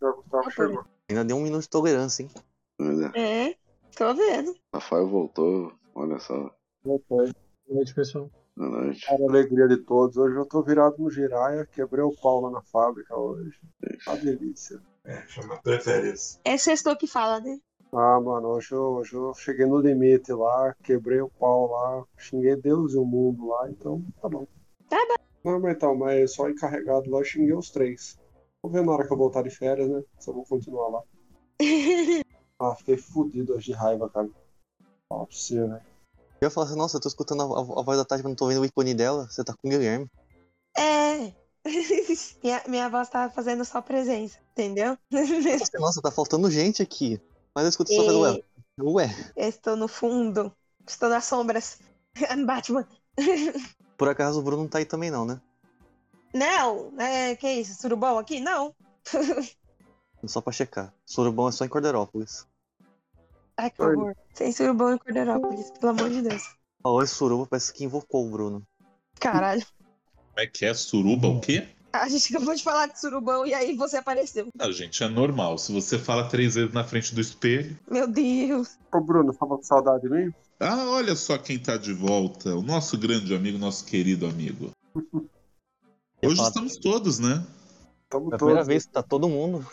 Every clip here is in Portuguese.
O Gustavo chegou. Ainda deu 1 minuto de tolerância, hein? É, tô vendo. Rafael voltou, olha só. Boa noite, pessoal. Boa noite. Para a alegria de todos. Hoje eu tô virado no giraia, quebrei o pau lá na fábrica hoje. Tá delícia. Chama preférias. É sextou que fala, né? Ah, mano, hoje eu cheguei no limite lá, quebrei o pau lá, xinguei Deus e o mundo lá, então tá bom. Tá bom. Não, mas então, mas só encarregado lá, eu xinguei os 3. Vou ver na hora que eu voltar de férias, né? Se eu vou continuar lá. Ah, fiquei fudido hoje de raiva, cara. Fala pra você, velho. Eu ia falar assim, nossa, eu tô escutando a voz da Tati, mas não tô vendo o ícone dela. Você tá com o Guilherme. É. minha voz tava fazendo só presença, entendeu? Nossa, tá faltando gente aqui. Mas eu escuto só pelo ué. Eu estou no fundo. Estou nas sombras. Batman. Por acaso o Bruno não tá aí também não, né? Não, que isso? Surubão aqui? Não. Só pra checar. Surubão é só em Corderópolis. Ai, que horror. Sem surubão em Corderópolis, pelo amor de Deus. Falou esse suruba, parece que invocou o Bruno. Caralho. Como é que é? Suruba o quê? A gente acabou de falar de surubão e aí você apareceu. Não, gente, é normal. Se você fala 3 vezes na frente do espelho. Meu Deus. Ô, Bruno, tava com saudade de mim? Ah, olha só quem tá de volta. O nosso grande amigo, nosso querido amigo. Hoje estamos todos, né? Tamo É a primeira todos. vez que tá todo mundo.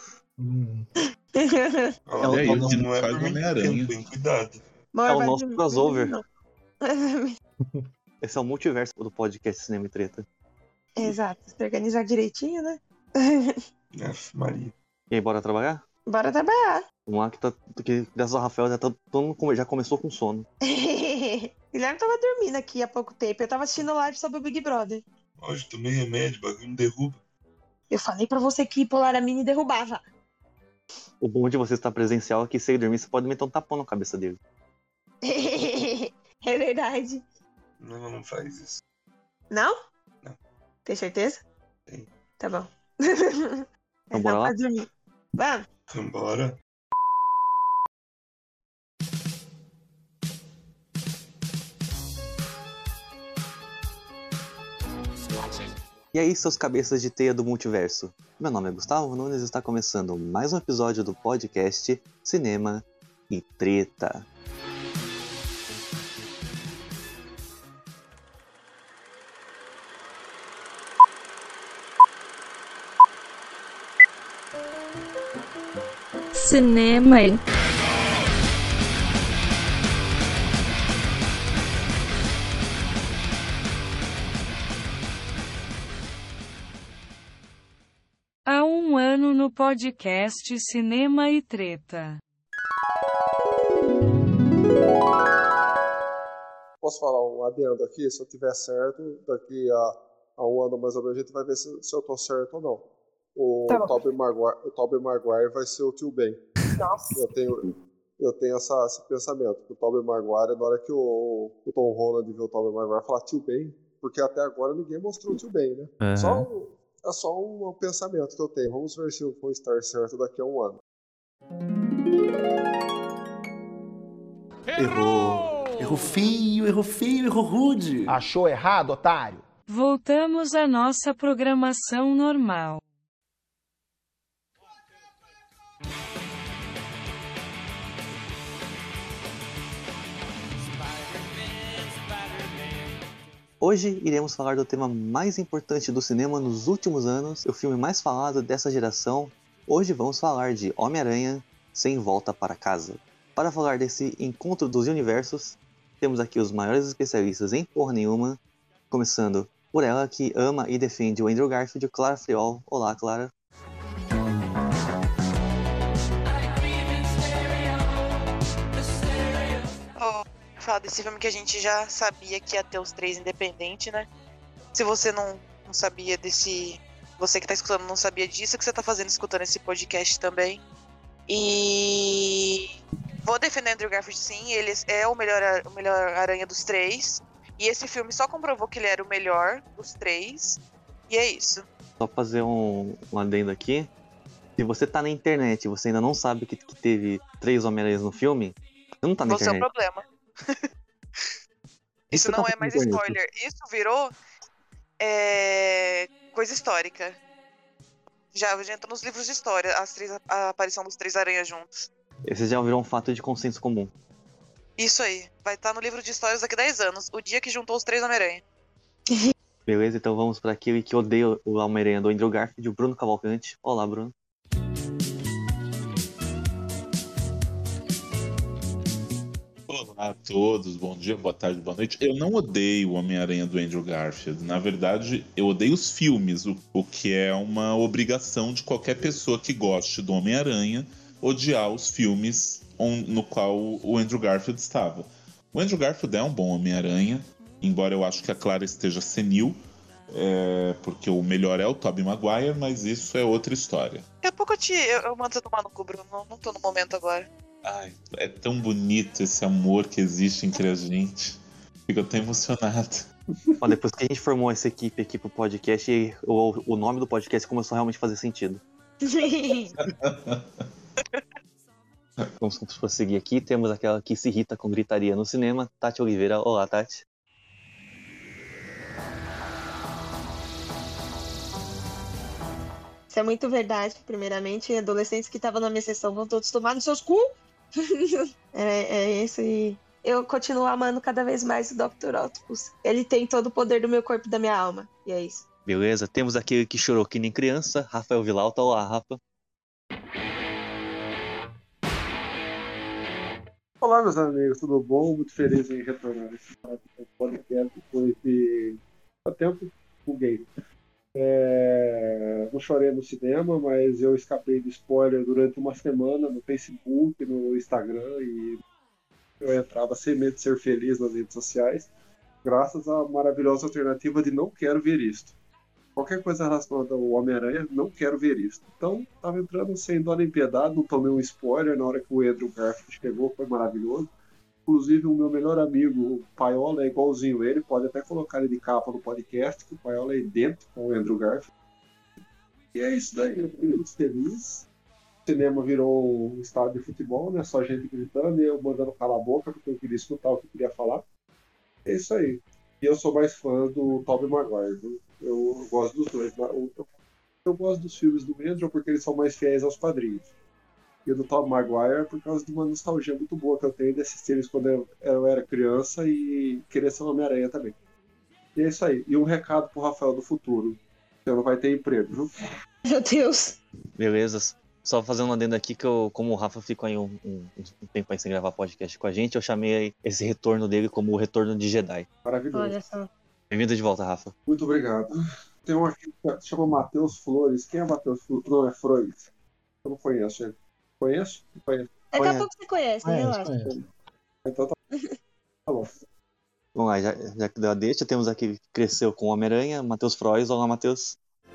Olha aí, o que não faz Homem-Aranha. Cuidado. É o nosso crossover. Esse é o multiverso do podcast Cinema e Treta. Exato. Se organizar direitinho, né? Maria. E aí, bora trabalhar? Bora trabalhar. Vamos lá que graças ao Rafael todo mundo já começou com sono. Guilherme tava dormindo aqui há pouco tempo. Eu tava assistindo live sobre o Big Brother. Hoje tomei remédio, o bagulho me derruba. Eu falei pra você que pular a mini derrubava. O bom de você estar presencial é que se ele dormir, você pode meter um tapão na cabeça dele. É verdade. Não faz isso. Não? Não. Tem certeza? Tem. Tá bom. Então bora lá? Dormir. Vamos. Vambora. E aí, seus cabeças de teia do multiverso? Meu nome é Gustavo Nunes e está começando mais um episódio do podcast Cinema e Treta. Cinema e há um ano no podcast Cinema e Treta. Posso falar um adendo aqui? Se eu tiver certo, daqui a um ano mais ou menos, a gente vai ver se eu tô certo ou não. O Tobey Maguire vai ser o Tio Ben. Nossa. Eu tenho esse pensamento, que o Tobey Maguire, na hora que o Tom Holland viu o Tobey Maguire, falar Tio Ben, porque até agora ninguém mostrou o Tio Ben, né? Uhum. É só um pensamento que eu tenho. Vamos ver se eu vou estar certo daqui a um ano. Errou feio, errou rude. Achou errado, otário? Voltamos à nossa programação normal. Hoje iremos falar do tema mais importante do cinema nos últimos anos, o filme mais falado dessa geração. Hoje vamos falar de Homem-Aranha Sem Volta para Casa. Para falar desse encontro dos universos, temos aqui os maiores especialistas em porra nenhuma, começando por ela que ama e defende o Andrew Garfield, Clara Friol. Olá, Clara. Falar desse filme que a gente já sabia que ia ter os 3 independentes, né? Se você não sabia desse... Você que tá escutando não sabia disso, o que você tá fazendo escutando esse podcast também. E... Vou defender Andrew Garfield, sim. Ele é o melhor aranha dos 3. E esse filme só comprovou que ele era o melhor dos 3. E é isso. Só fazer um adendo aqui. Se você tá na internet e você ainda não sabe que teve 3 Homem-Aranhas no filme, você não tá na internet. Você é o problema. Isso não é mais spoiler. Isso virou coisa histórica. Já entrou nos livros de história, a aparição dos 3 aranhas juntos. Esse já virou um fato de consenso comum. Isso aí, vai estar no livro de histórias daqui a 10 anos, o dia que juntou os 3 Homem-Aranha. Beleza, então vamos para aquele que odeia o Homem-Aranha do Andrew Garfield, o Bruno Cavalcante. Olá, Bruno. Olá a todos, bom dia, boa tarde, boa noite. Eu não odeio o Homem-Aranha do Andrew Garfield. Na verdade, eu odeio os filmes, o que é uma obrigação de qualquer pessoa que goste do Homem-Aranha odiar os filmes no qual o Andrew Garfield estava. O Andrew Garfield é um bom Homem-Aranha, embora eu acho que a Clara esteja senil, porque o melhor é o Tobey Maguire, mas isso é outra história. Daqui a pouco eu mando você tomar no cu, Bruno, não tô no momento agora. Ai, é tão bonito esse amor que existe entre a gente. Fico até emocionado. Ó, depois que a gente formou essa equipe aqui pro podcast, o nome do podcast começou a realmente fazer sentido. Vamos prosseguir aqui. Temos aquela que se irrita com gritaria no cinema, Tati Oliveira. Olá, Tati. Isso é muito verdade. Primeiramente, adolescentes que estavam na minha sessão vão todos tomar nos seus cu. É isso e eu continuo amando cada vez mais o Dr. Octopus. Ele tem todo o poder do meu corpo e da minha alma. E é isso. Beleza, temos aquele que chorou que nem criança, Rafael Vilauta. Olá, Rafa. Olá, meus amigos, tudo bom? Muito feliz em retornar esse podcast depois de tempo. Buguei. Não chorei no cinema, mas eu escapei de spoiler durante uma semana no Facebook, no Instagram, e eu entrava sem medo de ser feliz nas redes sociais, graças à maravilhosa alternativa de não quero ver isto. Qualquer coisa relacionada ao Homem-Aranha, não quero ver isto. Então, estava entrando sem dó nem piedade, não tomei um spoiler na hora que o Andrew Garfield chegou, foi maravilhoso. Inclusive, o meu melhor amigo, o Paiola, é igualzinho ele, pode até colocar ele de capa no podcast, que o Paiola é idêntico com o Andrew Garfield. E é isso daí, eu fiquei muito feliz. O cinema virou um estádio de futebol, né? Só gente gritando e eu mandando calar a boca, porque eu queria escutar o que eu queria falar. É isso aí. E eu sou mais fã do Tobey Maguire, viu? Eu gosto dos dois. Eu gosto dos filmes do Andrew porque eles são mais fiéis aos quadrinhos. E do Tobey Maguire por causa de uma nostalgia muito boa que eu tenho de assistir eles quando eu era criança e querer ser um Homem-Aranha também. E é isso aí. E um recado pro Rafael do futuro. Você não vai ter emprego, viu? Meu Deus. Beleza. Só fazendo um adendo aqui que como o Rafa ficou aí um tempo aí sem gravar podcast com a gente, eu chamei esse retorno dele como o retorno de Jedi. Maravilhoso. Olha só. Bem-vindo de volta, Rafa. Muito obrigado. Tem um aqui que se chama Matheus Flores. Quem é Matheus Flores? Não, é Flores. Eu não conheço ele. Conheço? Conheço. Daqui a pouco você conhece, relaxa. Então tá bom. Vamos lá, já que deu a deixa, temos aquele que cresceu com o Homem-Aranha, Matheus Frois. Olá, Matheus.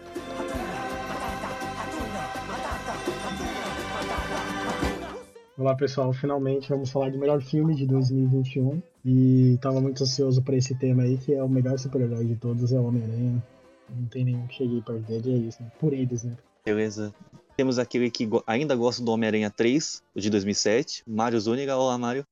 Olá pessoal, finalmente vamos falar do melhor filme de 2021 e tava muito ansioso para esse tema aí, que é o melhor super-herói de todos, é o Homem-Aranha. Não tem nenhum que chegue perto dele, é isso, né? Por eles, né? Beleza. Temos aquele que ainda gosta do Homem-Aranha 3, o de 2007, Mário Zúñiga. Olá, Mário.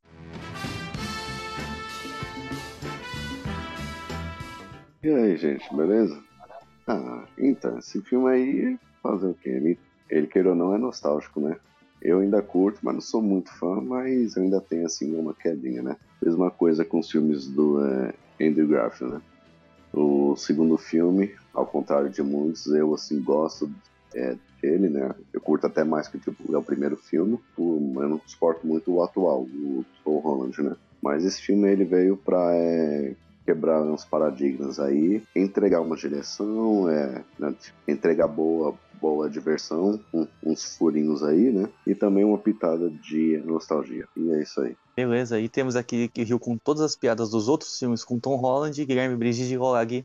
E aí, gente, beleza? Então, esse filme aí, fazer o quê? Ele queira ou não, é nostálgico, né? Eu ainda curto, mas não sou muito fã, mas eu ainda tenho, assim, uma quedinha, né? Mesma coisa com os filmes do Andrew Garfield, né? O segundo filme, ao contrário de muitos, eu, assim, gosto dele, né? Eu curto até mais que tipo, é o primeiro filme, eu não suporto muito o atual, o Tom Holland, né? Mas esse filme, ele veio pra quebrar uns paradigmas aí, entregar uma direção, né? Entregar boa diversão, uns furinhos aí, né? E também uma pitada de nostalgia. E é isso aí. Beleza, e temos aqui que riu com todas as piadas dos outros filmes com Tom Holland, Guilherme Briggs de Rolag.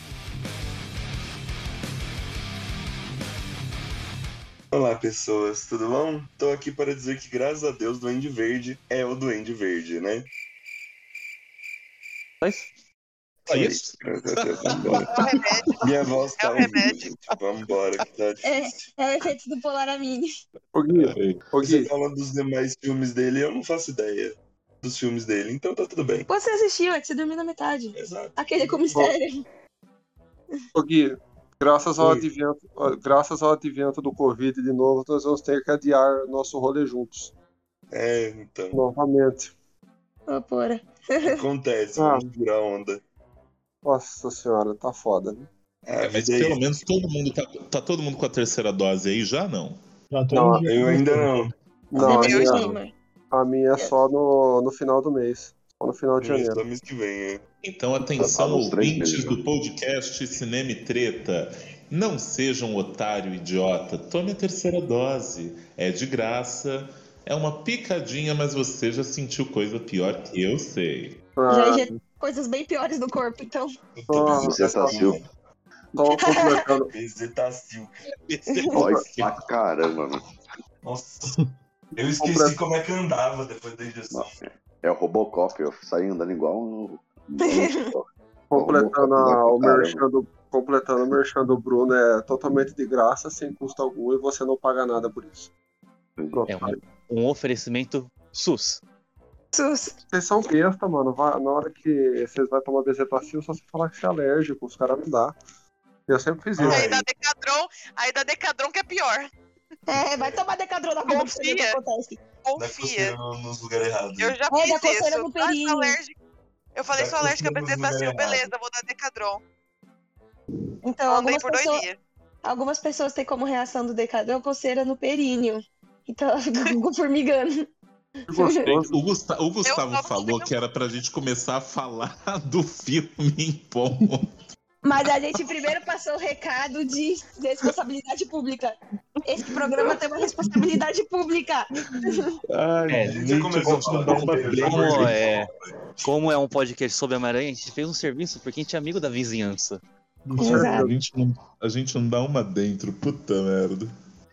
Olá pessoas, tudo bom? Tô aqui para dizer que graças a Deus Duende Verde é o Duende Verde, né? Só isso? Graças a Deus, vambora. Minha voz tá remédio. Vambora, que tá difícil. É o efeito do Polaramine. Você falando dos demais filmes dele, eu não faço ideia dos filmes dele, então tá tudo bem. Você assistiu, é que você dormiu na metade. Exato. Aquele com mistério. Ô Gui, Graças ao advento do Covid de novo, nós vamos ter que adiar nosso rolê juntos. Então. Novamente. Ô, porra. Acontece, vamos virar onda. Nossa senhora, tá foda, né? Mas pelo menos todo mundo tá todo mundo com a terceira dose aí já, não? Já tô Não, em dia. Eu ainda não. Não, Depende, a minha é só no final do mês. Só no final de janeiro. Só mês que vem, Então, atenção, uns 3 meses, ouvintes do podcast Cinema e Treta. Não seja um otário idiota. Tome a terceira dose. É de graça. É uma picadinha, mas você já sentiu coisa pior que eu sei. Já injetei coisas bem piores no corpo, então. Bezetacil. Só completando. Bezetacil. Dói pra caramba, mano. Nossa. Eu esqueci como é que andava depois da injeção. É o Robocop, eu saí andando igual um... Completando o merchan do Bruno, é totalmente de graça, sem custo algum, e você não paga nada por isso. Pronto, É um oferecimento SUS. SUS. Vocês são besta, mano. Na hora que vocês vão tomar bezetacil, só você falar que você é alérgico, os caras não dá. Eu sempre fiz isso. Aí da Decadron que é pior. Vai tomar Decadron na boca pra ver o que acontece. Confia. Nos lugares errados. Eu já da fiz coceira isso. no períneo. Eu falei, sou alérgica a bezetacil. Beleza, vou dar Decadron. Então, Andei por 2 dias. Algumas pessoas têm como reação do Decadron coceira no períneo. Então ela fica formigando. O Gustavo falou que era pra gente começar a falar do filme em ponto. Mas a gente primeiro passou o recado de responsabilidade pública. Esse programa tem uma responsabilidade pública. Como é um podcast sobre Homem-Aranha, a gente fez um serviço porque a gente é amigo da vizinhança. A gente não dá uma dentro, puta merda.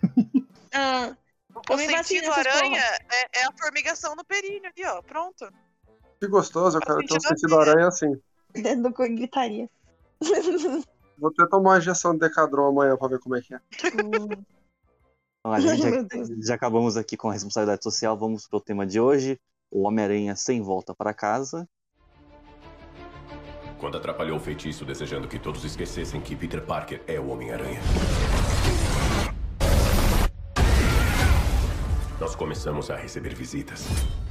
O sentido aranha é a formigação no períneo ali, ó. Pronto. Que gostoso, eu quero ter um sentido aranha assim. Dentro do cu gritaria. Vou até tomar uma injeção de Decadron amanhã pra ver como é que é. Então, a gente já acabamos aqui com a responsabilidade social, vamos pro tema de hoje, o Homem-Aranha sem volta para casa. Quando atrapalhou o feitiço desejando que todos esquecessem que Peter Parker é o Homem-Aranha. Nós começamos a receber visitas.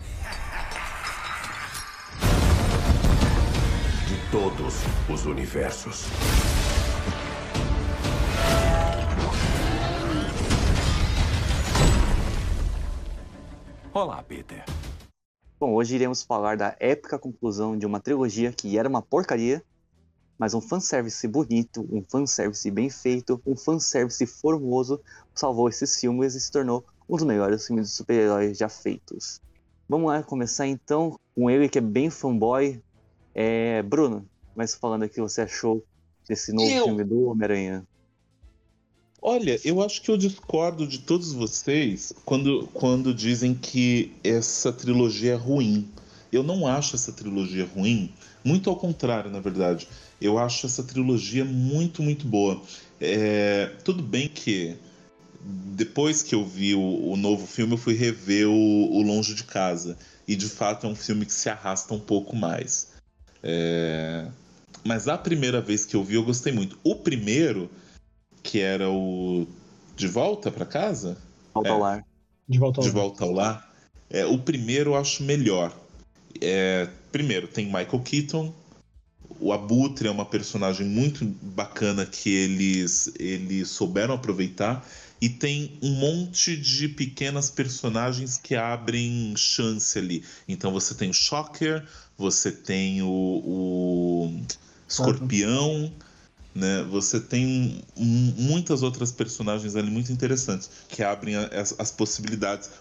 De todos os universos. Olá, Peter. Bom, hoje iremos falar da épica conclusão de uma trilogia que era uma porcaria, mas um fanservice bonito, um fanservice bem feito, um fanservice formoso salvou esses filmes e se tornou um dos melhores filmes de super-heróis já feitos. Vamos lá começar então com ele que é bem fanboy. Bruno, mas falando aqui, você achou desse novo filme do Homem-Aranha? Olha, eu acho que eu discordo de todos vocês quando dizem que essa trilogia é ruim. Eu não acho essa trilogia ruim, muito ao contrário, na verdade. Eu acho essa trilogia muito, muito boa. Tudo bem que depois que eu vi o novo filme, eu fui rever o Longe de Casa. E de fato é um filme que se arrasta um pouco mais. Mas a primeira vez que eu vi, eu gostei muito. O primeiro, que era o De Volta para Casa? Volta ao Lar. De Volta ao Lar. O primeiro eu acho melhor. Primeiro, tem Michael Keaton. O Abutre é uma personagem muito bacana que eles souberam aproveitar. E tem um monte de pequenas personagens que abrem chance ali. Então você tem o Shocker, você tem o Escorpião, né? Você tem muitas outras personagens ali muito interessantes que abrem as possibilidades.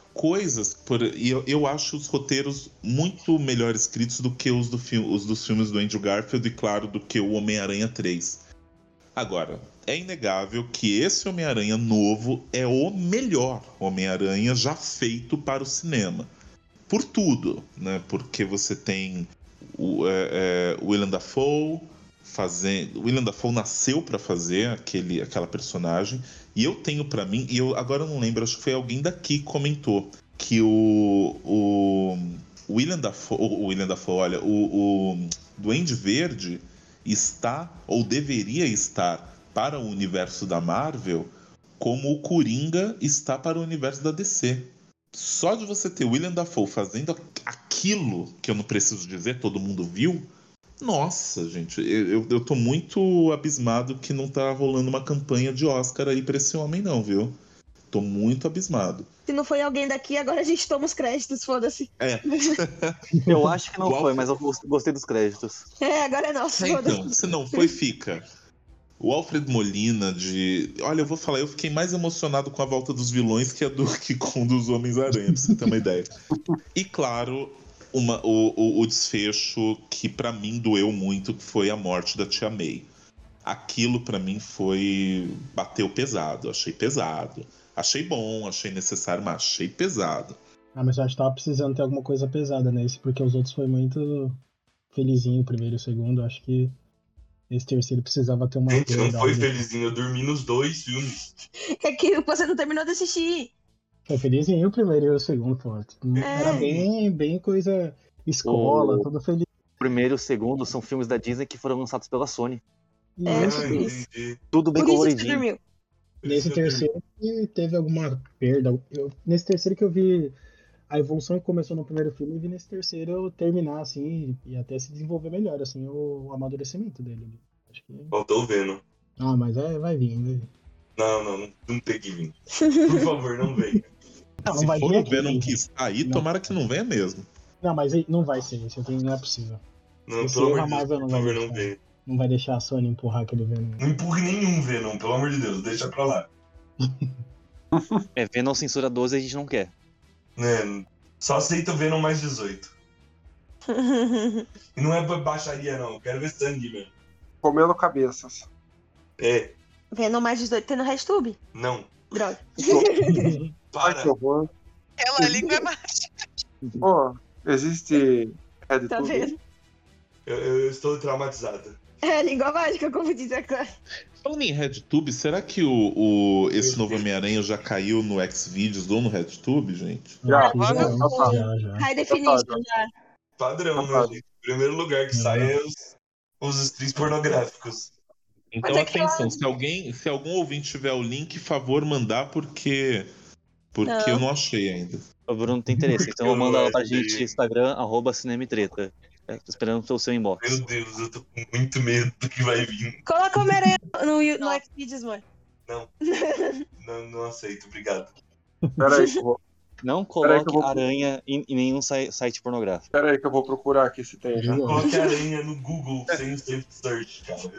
E eu acho os roteiros muito melhor escritos do que os dos filmes do Andrew Garfield e, claro, do que o Homem-Aranha 3. Agora, é inegável que esse Homem-Aranha novo é o melhor Homem-Aranha já feito para o cinema. Por tudo, né? Porque você tem o Willem Dafoe fazendo... O Willem Dafoe nasceu para fazer aquela personagem. E eu tenho para mim... E eu agora não lembro, acho que foi alguém daqui que comentou que o Willem Dafoe, olha, o Duende Verde está ou deveria estar para o universo da Marvel como o Coringa está para o universo da DC. Só de você ter William Dafoe fazendo aquilo que eu não preciso dizer, todo mundo viu. Nossa, gente, eu tô muito abismado que não tá rolando uma campanha de Oscar aí pra esse homem, não, viu? Tô muito abismado. Se não foi alguém daqui, agora a gente toma os créditos, foda-se. É. Eu acho que não O foi, mas eu gostei dos créditos. Agora é nosso, Então, foda-se. se não foi, fica. O Alfred Molina de... Olha, eu vou falar, eu fiquei mais emocionado com a volta dos vilões que com dos Homens-Aranha, pra você ter uma ideia. E claro, o desfecho que pra mim doeu muito, que foi a morte da Tia May. Aquilo pra mim bateu pesado, achei pesado. Achei bom, achei necessário, mas achei pesado. Mas eu acho que tava precisando ter alguma coisa pesada nesse, porque os outros foi muito felizinho, o primeiro e o segundo. Acho que esse terceiro precisava ter uma Gente, não perda, foi algo. felizinho, eu dormi nos 2 filmes. É que você não terminou de assistir. Foi felizinho o primeiro e o segundo, pô. Era bem coisa escola, tudo feliz. O primeiro e o segundo são filmes da Disney que foram lançados pela Sony. Isso. Tudo bem Por isso que você coloridinho. dormiu. Nesse terceiro teve alguma perda. Nesse terceiro que eu vi a evolução que começou no primeiro filme, e vi nesse terceiro eu terminar, assim, e até se desenvolver melhor, assim, o amadurecimento dele. Acho que... Faltou o Venom. Mas vai vir. Não tem que vir. Por favor, não venha. Se for o Venom que está aí, tomara que não venha mesmo. Não, mas não vai ser isso, não é possível. Não, Esse pelo erro amor a de Deus, Marvel por favor, não venha. não vai deixar a Sony empurrar aquele Venom. Não empurre nenhum Venom, pelo amor de Deus, deixa pra lá. Venom censura 12 a gente não quer. Só aceita o Venom mais 18. E não é baixaria, não. Eu quero ver sangue mesmo. Comendo cabeças. É. Venom mais 18 tem no RedTube? Não. Droga. Para. Ai, que horror. Ela língua é mágica. Pô, existe RedTube? Tá vendo? Eu estou traumatizado. É língua mágica, como diz a Clara. Falando em RedTube, será que esse novo Homem-Aranha já caiu no Xvideos ou no RedTube, gente? Já. High Definition, já. Padrão, né, gente? O primeiro lugar que sai é os streams pornográficos. Então, atenção, se algum ouvinte tiver o link, favor mandar, porque eu não achei ainda. O Bruno tem interesse, então manda lá pra gente Instagram, @cinemetreta. Tô esperando pelo seu inbox. Meu Deus, eu tô com muito medo do que vai vir. Coloca o Homem-Aranha no Xvideos, mano. Não aceito, obrigado. Peraí, Não coloque aranha em nenhum site pornográfico. Peraí que eu vou procurar aqui se tem já. Coloque aranha no Google sem o safe search, cara.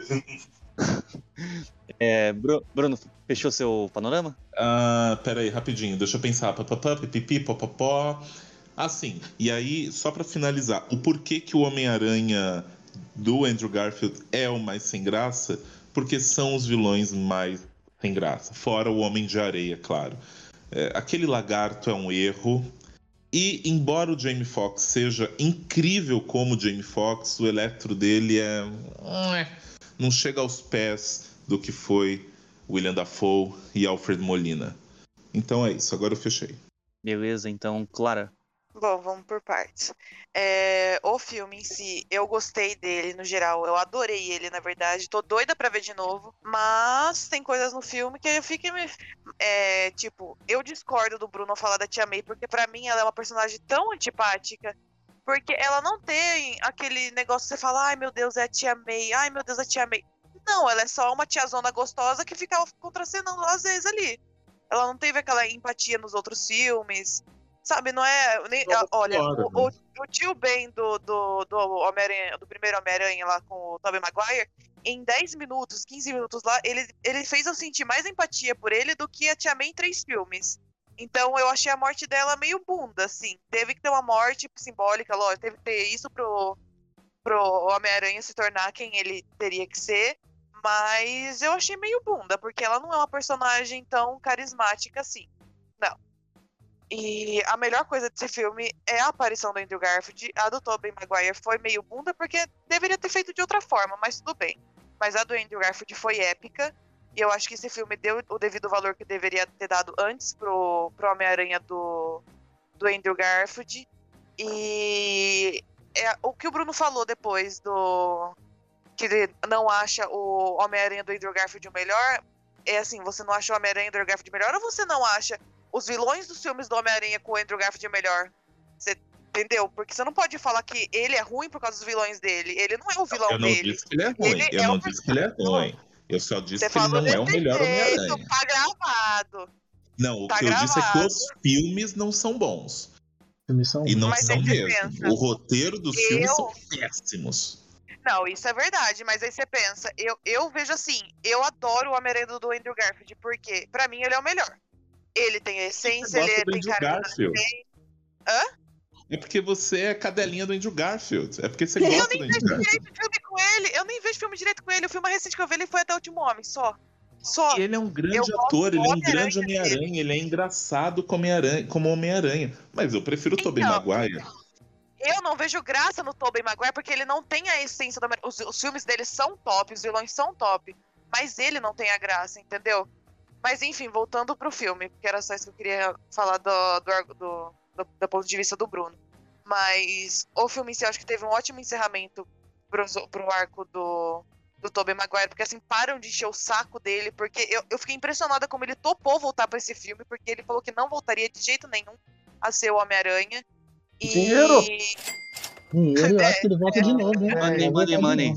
Bruno, fechou seu panorama? Peraí, rapidinho, deixa eu pensar. Pipipi, popopó. Assim, e aí, só pra finalizar, o porquê que o Homem-Aranha do Andrew Garfield é o mais sem graça? Porque são os vilões mais sem graça. Fora o Homem de Areia, claro. Aquele lagarto é um erro. E, embora o Jamie Foxx seja incrível como o Jamie Foxx, o Electro dele não chega aos pés do que foi William Dafoe e Alfred Molina. Então é isso, agora eu fechei. Beleza, então, Clara. Bom, vamos por partes. O filme em si, eu gostei dele no geral, eu adorei ele, na verdade, tô doida pra ver de novo, mas tem coisas no filme que eu fico tipo, eu discordo do Bruno falar da Tia May, porque pra mim ela é uma personagem tão antipática, porque ela não tem aquele negócio que você fala, ai meu Deus, é a Tia May, ai meu Deus, é a Tia May. Não, ela é só uma tiazona gostosa que ficava contracenando às vezes ali. Ela não teve aquela empatia nos outros filmes. Sabe, não é. Olha, o tio Ben do Homem-Aranha, do primeiro Homem-Aranha lá com o Tobey Maguire, em 10 minutos, 15 minutos lá, ele fez eu sentir mais empatia por ele do que a Tia May em 3 filmes. Então eu achei a morte dela meio bunda, assim. Teve que ter uma morte simbólica, lógico, teve que ter isso pro Homem-Aranha se tornar quem ele teria que ser. Mas eu achei meio bunda, porque ela não é uma personagem tão carismática assim. Não. E a melhor coisa desse filme é a aparição do Andrew Garfield. A do Tobey Maguire foi meio bunda, porque deveria ter feito de outra forma, mas tudo bem. Mas a do Andrew Garfield foi épica. E eu acho que esse filme deu o devido valor que deveria ter dado antes pro Homem-Aranha do Andrew Garfield. E o que o Bruno falou depois que não acha o Homem-Aranha do Andrew Garfield o melhor, é assim, você não acha o Homem-Aranha do Andrew Garfield melhor ou você não acha os vilões dos filmes do Homem-Aranha com o Andrew Garfield melhor? Você entendeu? Porque você não pode falar que ele é ruim por causa dos vilões dele. Ele não é o vilão dele. Eu não disse que ele é ruim. Eu não disse que ele é ruim. Eu só disse que ele não é o melhor Homem-Aranha. Tá gravado. Não, o que eu disse é que os filmes não são bons. E não são mesmo. O roteiro dos filmes são péssimos. Não, isso é verdade, mas aí você pensa, eu vejo assim, eu adoro o Homem-Aranha do Andrew Garfield, porque pra mim ele é o melhor. Ele tem a essência, ele tem cara de Hã? É porque você é cadelinha do Andrew Garfield. É porque você gosta do Andrew Garfield. Eu nem vejo filme com ele. Eu nem vejo filme direito com ele. O filme mais recente que eu vi ele foi Até o Último Homem, só. E ele é um grande ator, ele é um grande Homem-Aranha, ele é engraçado como Homem-Aranha. Mas eu prefiro o Tobey Maguire. Eu não vejo graça no Tobey Maguire porque ele não tem a essência do Homem-Aranha. Os filmes dele são top, os vilões são top. Mas ele não tem a graça, entendeu? Mas enfim, voltando pro filme, porque era só isso que eu queria falar do ponto de vista do Bruno. Mas o filme em si, eu acho que teve um ótimo encerramento pro arco do Tobey Maguire, porque assim, param de encher o saco dele, porque eu fiquei impressionada como ele topou voltar pra esse filme, porque ele falou que não voltaria de jeito nenhum a ser o Homem-Aranha. Dinheiro! Eu acho que ele volta de novo, hein? Money.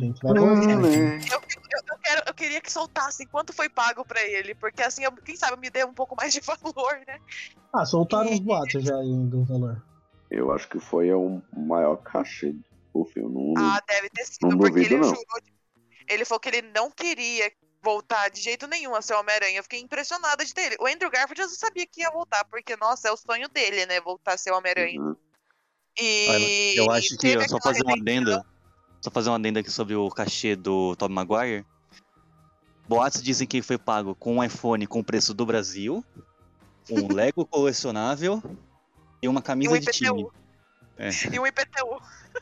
Eu queria que soltassem quanto foi pago pra ele, porque assim, quem sabe me dê um pouco mais de valor, né? Soltaram os boatos já aí do valor. Eu acho que foi o maior cachê do filme. Deve ter sido, porque ele jurou. Ele falou que ele não queria voltar de jeito nenhum a ser Homem-Aranha. Eu fiquei impressionada de ter ele. O Andrew Garfield eu já sabia que ia voltar, porque, nossa, é o sonho dele, né? Voltar a ser Homem-Aranha. Uhum. E eu acho que, só fazer uma adenda aqui sobre o cachê do Tobey Maguire. Boatos dizem que foi pago com um iPhone com o preço do Brasil, um Lego colecionável e uma camisa de time. E um IPTU.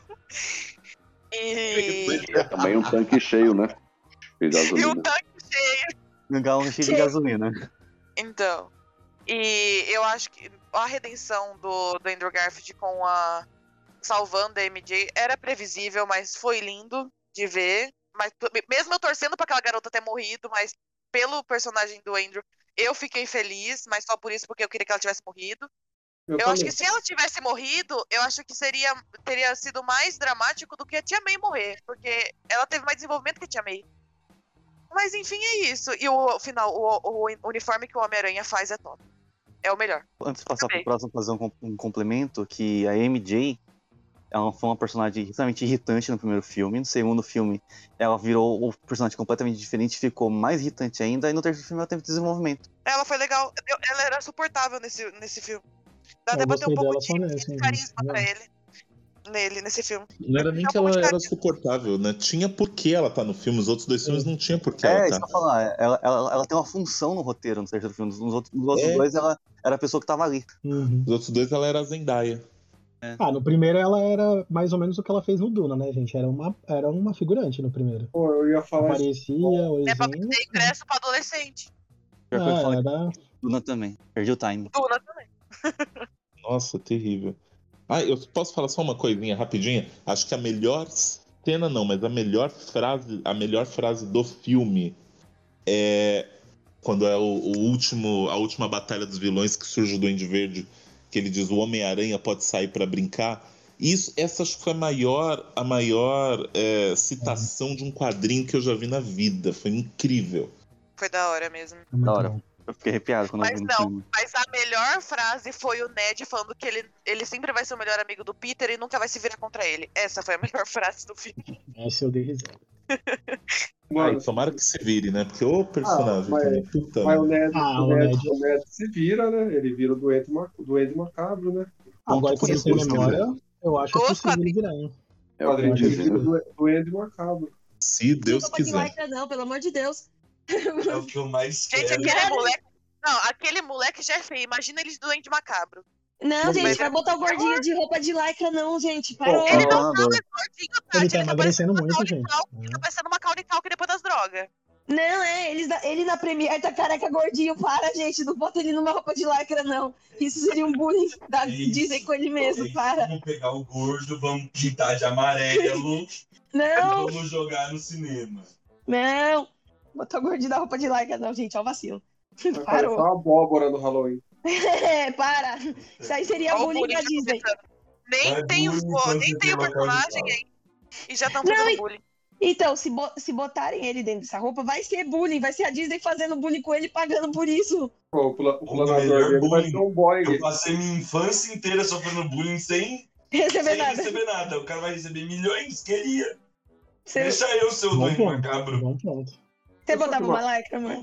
Também um tanque cheio, né? E um tanque cheio. Um galão cheio de gasolina. Então, e eu acho que a redenção do Andrew Garfield com salvando a MJ era previsível, mas foi lindo de ver. Mas mesmo eu torcendo pra aquela garota ter morrido, mas pelo personagem do Andrew, eu fiquei feliz, mas só por isso, porque eu queria que ela tivesse morrido. Eu acho que se ela tivesse morrido, eu acho que teria sido mais dramático do que a Tia May morrer, porque ela teve mais desenvolvimento que a Tia May. Mas enfim, é isso. E o final, o uniforme que o Homem-Aranha faz é top. É o melhor. Antes de passar pro próximo, fazer um complemento, que a MJ, ela foi uma personagem extremamente irritante no primeiro filme. No segundo filme, ela virou um personagem completamente diferente, ficou mais irritante ainda. E no terceiro filme, ela teve desenvolvimento. Ela foi legal. Ela era suportável nesse filme. Dá até pra ter um pouco de carisma pra ele. Nesse filme. Não era nem que ela era suportável, né? Tinha por que ela tá no filme. Os outros dois filmes não tinha por que ela tá. Isso que eu ia falar. Ela tem uma função no roteiro no terceiro filme. Nos outros dois, ela era a pessoa que tava ali. Uhum. Os outros dois, ela era a Zendaya. No primeiro ela era mais ou menos o que ela fez no Duna, né, gente? Era uma figurante no primeiro. Pô, eu ia falar Aparecia, é pra ter ingresso pra adolescente. Duna também. Perdi o time. Duna também. Nossa, terrível. Eu posso falar só uma coisinha rapidinha? Acho que a melhor cena não, mas a melhor frase do filme é quando é a última batalha dos vilões que surge do Duende Verde, que ele diz: o Homem-Aranha pode sair pra brincar. Essa acho que foi a maior citação de um quadrinho que eu já vi na vida. Foi incrível. Foi da hora mesmo. Da hora. Eu fiquei arrepiado quando eu vi no filme. Mas a melhor frase foi o Ned falando que ele sempre vai ser o melhor amigo do Peter e nunca vai se virar contra ele. Essa foi a melhor frase do filme. Essa eu dei risada. Tomara que se vire, né? Porque o personagem também. Mas o Ned se vira, né? Ele vira o Duende Macabro, né? Agora que você tem memória, eu acho que possível ele virar, hein? É o que dizem, né? Duende Macabro. Se Deus quiser. Não, pelo amor de Deus. É o que eu mais quero. Gente, aquele moleque... Não, aquele moleque já é feio. Imagina ele de Duende Macabro. Não, gente, vai botar o gordinho de roupa de lycra, não, gente. Parou. Ele não tá mais gordinho, Tati. Ele tá emagrecendo muito, gente. Ele tá parecendo uma Macaulay Culkin depois das drogas. Não, ele na Premiere tá careca gordinho. Para, gente, não bota ele numa roupa de lycra, não. Isso seria um bullying da Disney com ele mesmo, para. Vamos pegar o gordo, vamos pintar de amarelo. Não, Vamos jogar no cinema. não. Botou o gordinho da roupa de lycra, não, gente, ó o vacilo. Vai parecer Parou. uma abóbora no Halloween. Para. Isso aí seria Ó o bullying bullying da que Disney. acontecendo. Nem tem o personagem aí. E já estão fazendo bullying. Então, se botarem ele dentro dessa roupa, vai ser bullying. Vai ser a Disney fazendo bullying com ele e pagando por isso. Pô, o planador melhor dele vai bullying. ser um Boeing. Eu passei minha infância inteira sofrendo bullying sem receber nada. O cara vai receber milhões, queria. Deixa eu ser o doente macabro. Bom ponto. Você botava uma lycra, amor?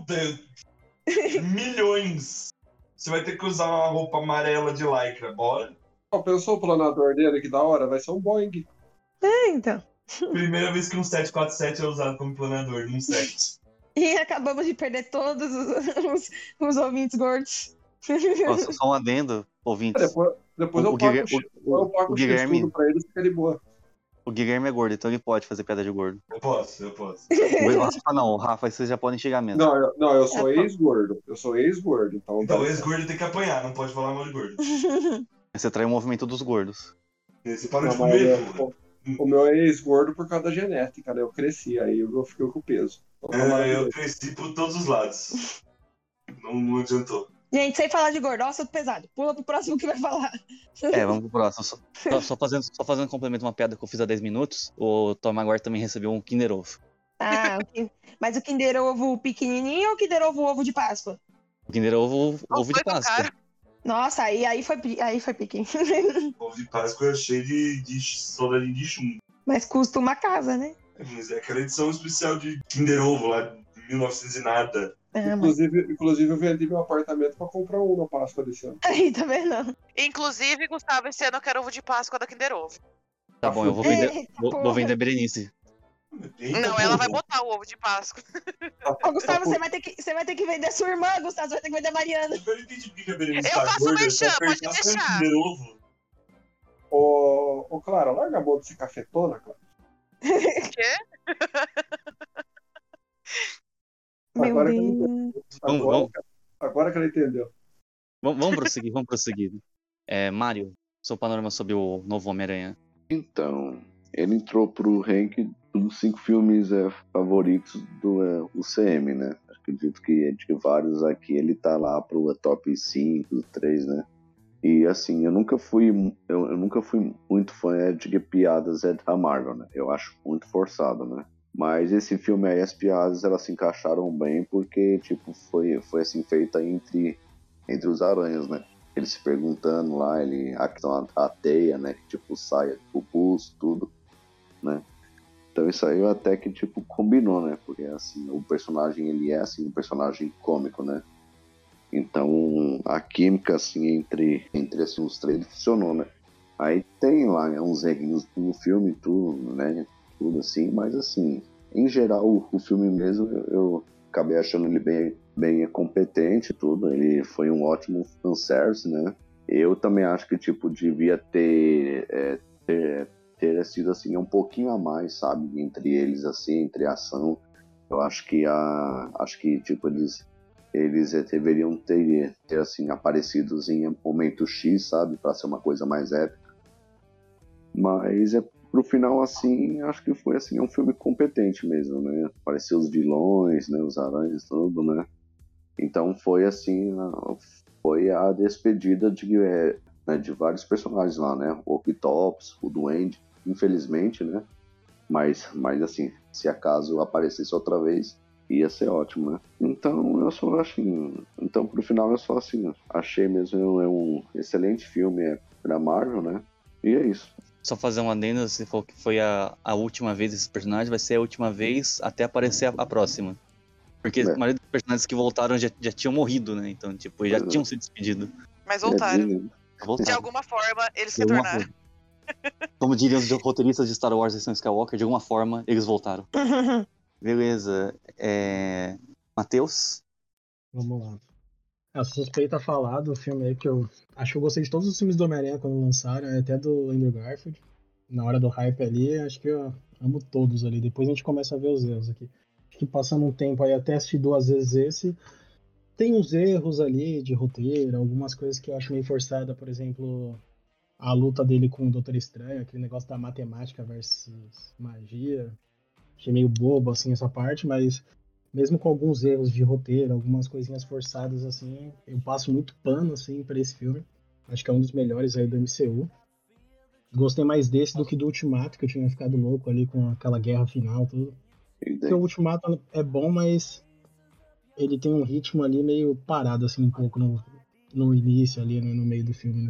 Milhões. Você vai ter que usar uma roupa amarela de lycra, bora? Pensou o planador dele, que da hora? Vai ser um Boeing. Então. Primeira vez que um 747 é usado como planador, num set. E acabamos de perder todos os ouvintes gordos. Nossa, só um adendo, ouvintes. Depois eu pago o Guilherme, X-Tudo pra ele, fica de boa. O Guilherme é gordo, então ele pode fazer piada de gordo. Eu posso. O Rafa não, o Rafa vocês já podem chegar mesmo. Não, eu sou ex-gordo. Eu sou ex-gordo, então... Então ex-gordo tem que apanhar, não pode falar mal de gordo. Você trai o movimento dos gordos. Você para de comer, pô. O meu é ex-gordo por causa da genética, né? Eu cresci, aí eu fiquei com o peso. Então, eu cresci por todos os lados. Não adiantou. Gente, sem falar de gordo, ó, assunto pesado. Pula pro próximo que vai falar. Vamos pro próximo. Só fazendo um complemento, uma piada que eu fiz há 10 minutos, o Tom Maguire também recebeu um Kinder Ovo. Mas o Kinder Ovo pequenininho ou o Kinder Ovo de Páscoa? O Kinder Ovo de Páscoa. Nossa, aí foi pique. Ovo de Páscoa é cheio de soldadinho de chumbo. Mas custa uma casa, né? Mas é aquela edição especial de Kinder Ovo lá, de 1900 e nada. Inclusive, eu vendi meu apartamento pra comprar um na Páscoa desse ano. Aí, tá vendo? Inclusive, Gustavo, esse ano eu quero ovo de Páscoa da Kinder Ovo. Tá bom, eu vou vender Berenice. Não, ela vai botar o ovo de Páscoa. Ô, Gustavo, você vai ter que vender sua irmã, Gustavo. Você vai ter que vender a Mariana. Eu faço merchan, pode deixar. Ô, Clara, larga a mão de ser cafetona, Clara. Quê? Agora que ela entendeu. Vamos prosseguir. Mário, seu panorama sobre o novo Homem-Aranha. Então, ele entrou pro ranking dos 5 filmes favoritos do UCM, né? Acredito que de vários aqui ele tá lá pro top 5, 3, né? E assim, eu nunca fui muito fã de piadas da Marvel, né? Eu acho muito forçado, né? Mas esse filme aí, as piadas, elas se encaixaram bem porque, tipo, foi assim, feita entre os aranhas, né? Ele se perguntando lá, a teia, né? Que, tipo, sai o pulso, tudo, né? Então isso aí até que, tipo, combinou, né? Porque, assim, o personagem, ele é, assim, um personagem cômico, né? Então, a química, assim, entre assim, os três funcionou, né? Aí tem lá uns errinhos no filme e tudo, né? Tudo assim, mas assim, em geral o filme mesmo eu acabei achando ele bem competente e tudo, ele foi um ótimo fanservice, né? Eu também acho que tipo devia ter sido assim um pouquinho a mais, sabe, entre eles assim, entre a ação. Eu acho que tipo eles deveriam ter assim aparecido em momento X, sabe, para ser uma coisa mais épica. Mas pro final, assim, acho que foi assim, um filme competente mesmo, né? Apareceu os vilões, né? Os aranhas, tudo, né? Então foi assim, foi a despedida de vários personagens lá, né? O Octopus, o Duende, infelizmente, né? Mas assim, se acaso aparecesse outra vez, ia ser ótimo, né? Então eu só assim, pro final eu só assim, achei mesmo um excelente filme pra Marvel, né? E é isso. Só fazer um adendo, você falou que foi a última vez esse personagem, vai ser a última vez até aparecer a próxima. Porque a maioria dos personagens que voltaram já tinham morrido, né? Então, tipo, já tinham se despedido. Mas voltaram. De alguma forma, eles se retornaram. Como diriam os roteiristas de Star Wars e Skywalker, de alguma forma, eles voltaram. Beleza. Matheus? Vamos lá. A suspeita falar do filme aí, que eu acho que eu gostei de todos os filmes do Homem-Aranha quando lançaram, até do Andrew Garfield. Na hora do hype ali, acho que eu amo todos ali. Depois a gente começa a ver os erros aqui. Acho que passando um tempo aí, até assisti 2 vezes esse. Tem uns erros ali de roteiro, algumas coisas que eu acho meio forçada, por exemplo, a luta dele com o Doutor Estranho, aquele negócio da matemática versus magia. Achei meio bobo, assim, essa parte, mas mesmo com alguns erros de roteiro, algumas coisinhas forçadas, assim, eu passo muito pano, assim, pra esse filme. Acho que é um dos melhores aí do MCU. Gostei mais desse do que do Ultimato, que eu tinha ficado louco ali com aquela guerra final, tudo. Porque o Ultimato é bom, mas ele tem um ritmo ali meio parado, assim, um pouco no início ali, né, no meio do filme, né?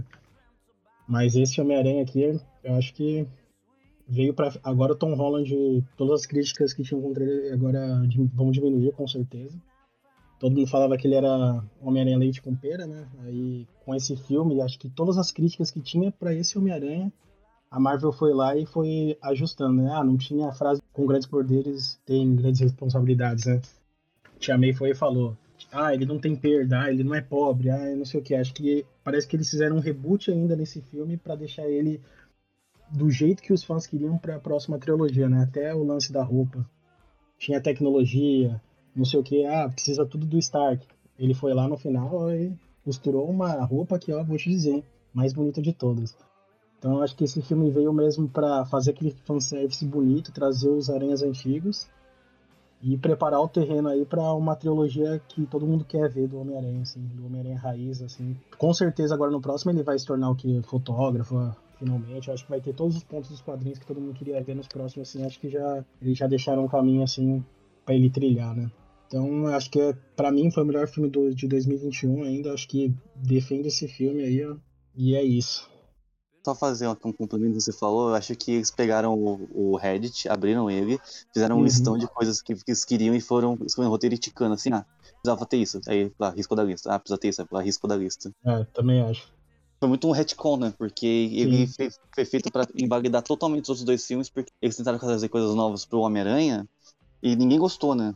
Mas esse Homem-Aranha aqui, eu acho que veio pra... Agora o Tom Holland, todas as críticas que tinham contra ele agora vão diminuir, com certeza. Todo mundo falava que ele era Homem-Aranha leite com pera, né? Aí, com esse filme, acho que todas as críticas que tinha pra esse Homem-Aranha, a Marvel foi lá e foi ajustando, né? Ah, não tinha a frase com grandes poderes tem grandes responsabilidades, né? Tia May foi e falou, ah, ele não tem perda, ah, ele não é pobre, ah, eu não sei o que. Acho que parece que eles fizeram um reboot ainda nesse filme pra deixar ele do jeito que os fãs queriam pra próxima trilogia, né? Até o lance da roupa. Tinha tecnologia, não sei o que, ah, precisa tudo do Stark. Ele foi lá no final e costurou uma roupa que, ó, vou te dizer, mais bonita de todas. Então eu acho que esse filme veio mesmo pra fazer aquele fanservice bonito, trazer os aranhas antigos e preparar o terreno aí pra uma trilogia que todo mundo quer ver do Homem-Aranha, assim, do Homem-Aranha raiz, assim. Com certeza agora no próximo ele vai se tornar o que? Fotógrafo, finalmente. Eu acho que vai ter todos os pontos dos quadrinhos que todo mundo queria ver nos próximos, assim. Acho que eles já deixaram um caminho, assim, pra ele trilhar, né? Então, acho que pra mim foi o melhor filme de 2021 ainda. Acho que defende esse filme aí, ó. E é isso. Só fazer um complemento que você falou, eu acho que eles pegaram o Reddit, abriram ele, fizeram um listão de coisas que eles queriam e foram escrevendo roteiro e ticando, assim, ah, precisava ter isso, aí lá, risco da lista, ah, precisa ter isso, aí lá, risco da lista. É, também acho. Foi muito um retcon, né, porque ele foi feito pra invalidar totalmente os outros dois filmes, porque eles tentaram fazer coisas novas pro Homem-Aranha e ninguém gostou, né.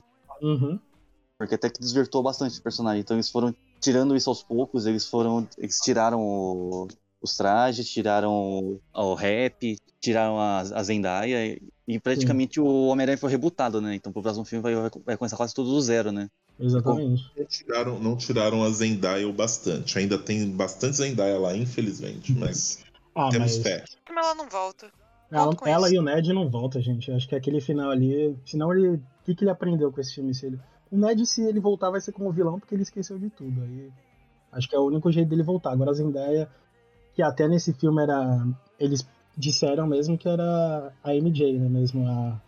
Porque até que desvirtuou bastante o personagem, então eles foram tirando isso aos poucos, eles tiraram os trajes, tiraram o rap, tiraram a Zendaya e praticamente o Homem-Aranha foi rebutado, né? Então pro próximo filme vai começar quase tudo do zero, né? Exatamente. Não tiraram a Zendaya o bastante. Ainda tem bastante Zendaya lá, infelizmente, mas temos fé. Como ela não volta? Ela e o Ned não voltam, gente. Acho que aquele final ali... Senão ele... O que ele aprendeu com esse filme? O Ned, se ele voltar, vai ser como vilão, porque ele esqueceu de tudo. Aí acho que é o único jeito dele voltar. Agora a Zendaya... Que até nesse filme eles disseram mesmo que era a MJ, né? Mesmo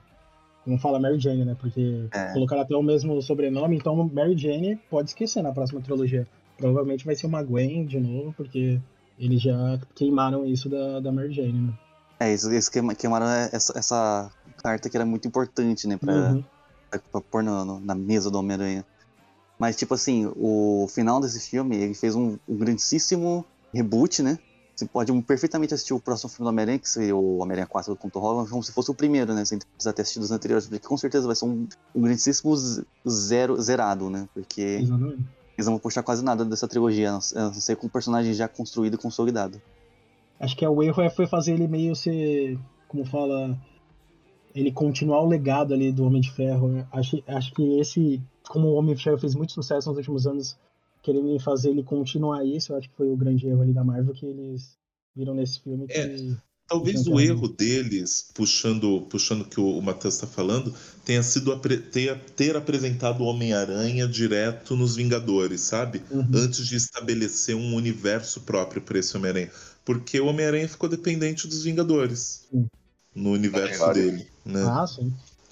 como fala Mary Jane, né? Porque colocaram até o mesmo sobrenome, então Mary Jane pode esquecer na próxima trilogia. Provavelmente vai ser uma Gwen de novo, porque eles já queimaram isso da Mary Jane, né? Eles queimaram essa carta que era muito importante, né? Pra pôr na mesa do Homem-Aranha. Mas, tipo assim, o final desse filme, ele fez um grandíssimo reboot, né? Você pode perfeitamente assistir o próximo filme do Homem-Aranha, que seria o Homem-Aranha 4 com Tom Holland, como se fosse o primeiro, né? Sem precisar ter assistido os anteriores, porque com certeza vai ser um grandíssimo zerado, né? Porque eles não vão puxar quase nada dessa trilogia, a não ser com um personagem já construído e consolidado. Acho que o erro foi fazer ele meio ser, como fala, ele continuar o legado ali do Homem de Ferro, né? Acho que esse, como o Homem de Ferro fez muito sucesso nos últimos anos, querendo fazer ele continuar isso, eu acho que foi o grande erro ali da Marvel que eles viram nesse filme. Talvez o erro deles, puxando o que o Matheus está falando, tenha sido ter apresentado o Homem-Aranha direto nos Vingadores, sabe? Antes de estabelecer um universo próprio para esse Homem-Aranha. Porque o Homem-Aranha ficou dependente dos Vingadores no universo dele. Né? Ah, sim.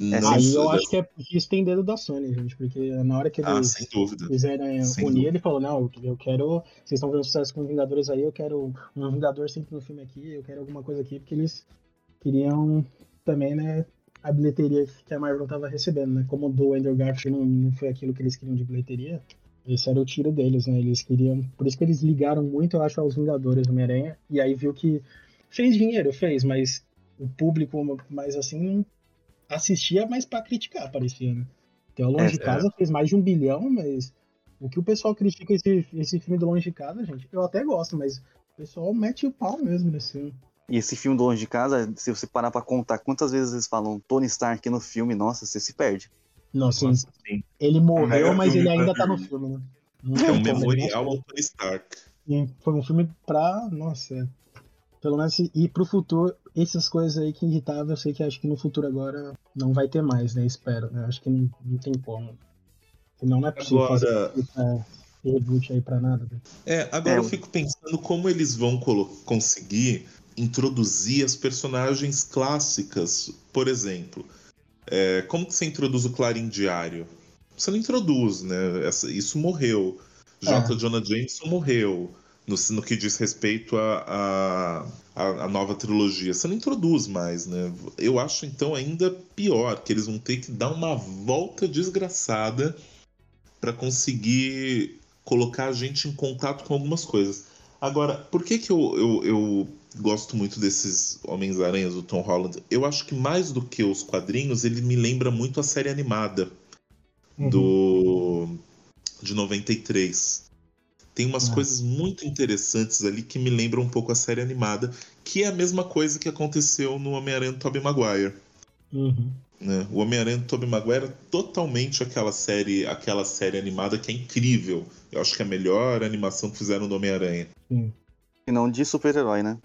Aí eu acho que é isso tem dedo da Sony, gente, porque na hora que eles fizeram unir, ele falou, não, eu quero, vocês estão vendo sucesso com Vingadores aí, eu quero um Vingador sempre no filme aqui, eu quero alguma coisa aqui, porque eles queriam também, né, a bilheteria que a Marvel tava recebendo, né, como o do Andrew Garfield não foi aquilo que eles queriam de bilheteria, esse era o tiro deles, né, eles queriam, por isso que eles ligaram muito, eu acho, aos Vingadores do Homem-Aranha, e aí viu que fez dinheiro, mas o público mais assim assistia mais pra criticar, parecia, né? Então, Longe de Casa fez mais de 1 bilhão, mas o que o pessoal critica esse filme do Longe de Casa, gente, eu até gosto, mas o pessoal mete o pau mesmo nesse filme. E esse filme do Longe de Casa, se você parar pra contar quantas vezes eles falam Tony Stark no filme, nossa, você se perde. Nossa, sim. Ele morreu, mas ele ainda tá no filme, né? É um memorial ao Tony Stark. Foi um filme pra... Nossa, Pelo menos ir pro futuro, essas coisas aí que irritavam, eu sei que acho que no futuro agora não vai ter mais, né? Espero, né? Acho que não tem como. Senão não é possível fazer reboot aí pra nada. Né? Agora eu fico pensando como eles vão conseguir introduzir as personagens clássicas. Por exemplo, como que você introduz o Clarim Diário? Você não introduz, né? Isso morreu. J. Jonah Jameson morreu. No que diz respeito à nova trilogia. Você não introduz mais, né? Eu acho, então, ainda pior, que eles vão ter que dar uma volta desgraçada para conseguir colocar a gente em contato com algumas coisas. Agora, por que eu gosto muito desses Homens-Aranhas do Tom Holland? Eu acho que mais do que os quadrinhos, ele me lembra muito a série animada de 93. Tem umas coisas muito interessantes ali que me lembram um pouco a série animada, que é a mesma coisa que aconteceu no Homem-Aranha do Tobey Maguire. Né? O Homem-Aranha do Tobey Maguire é totalmente aquela série animada que é incrível. Eu acho que é a melhor animação que fizeram do Homem-Aranha. E não de super-herói, né?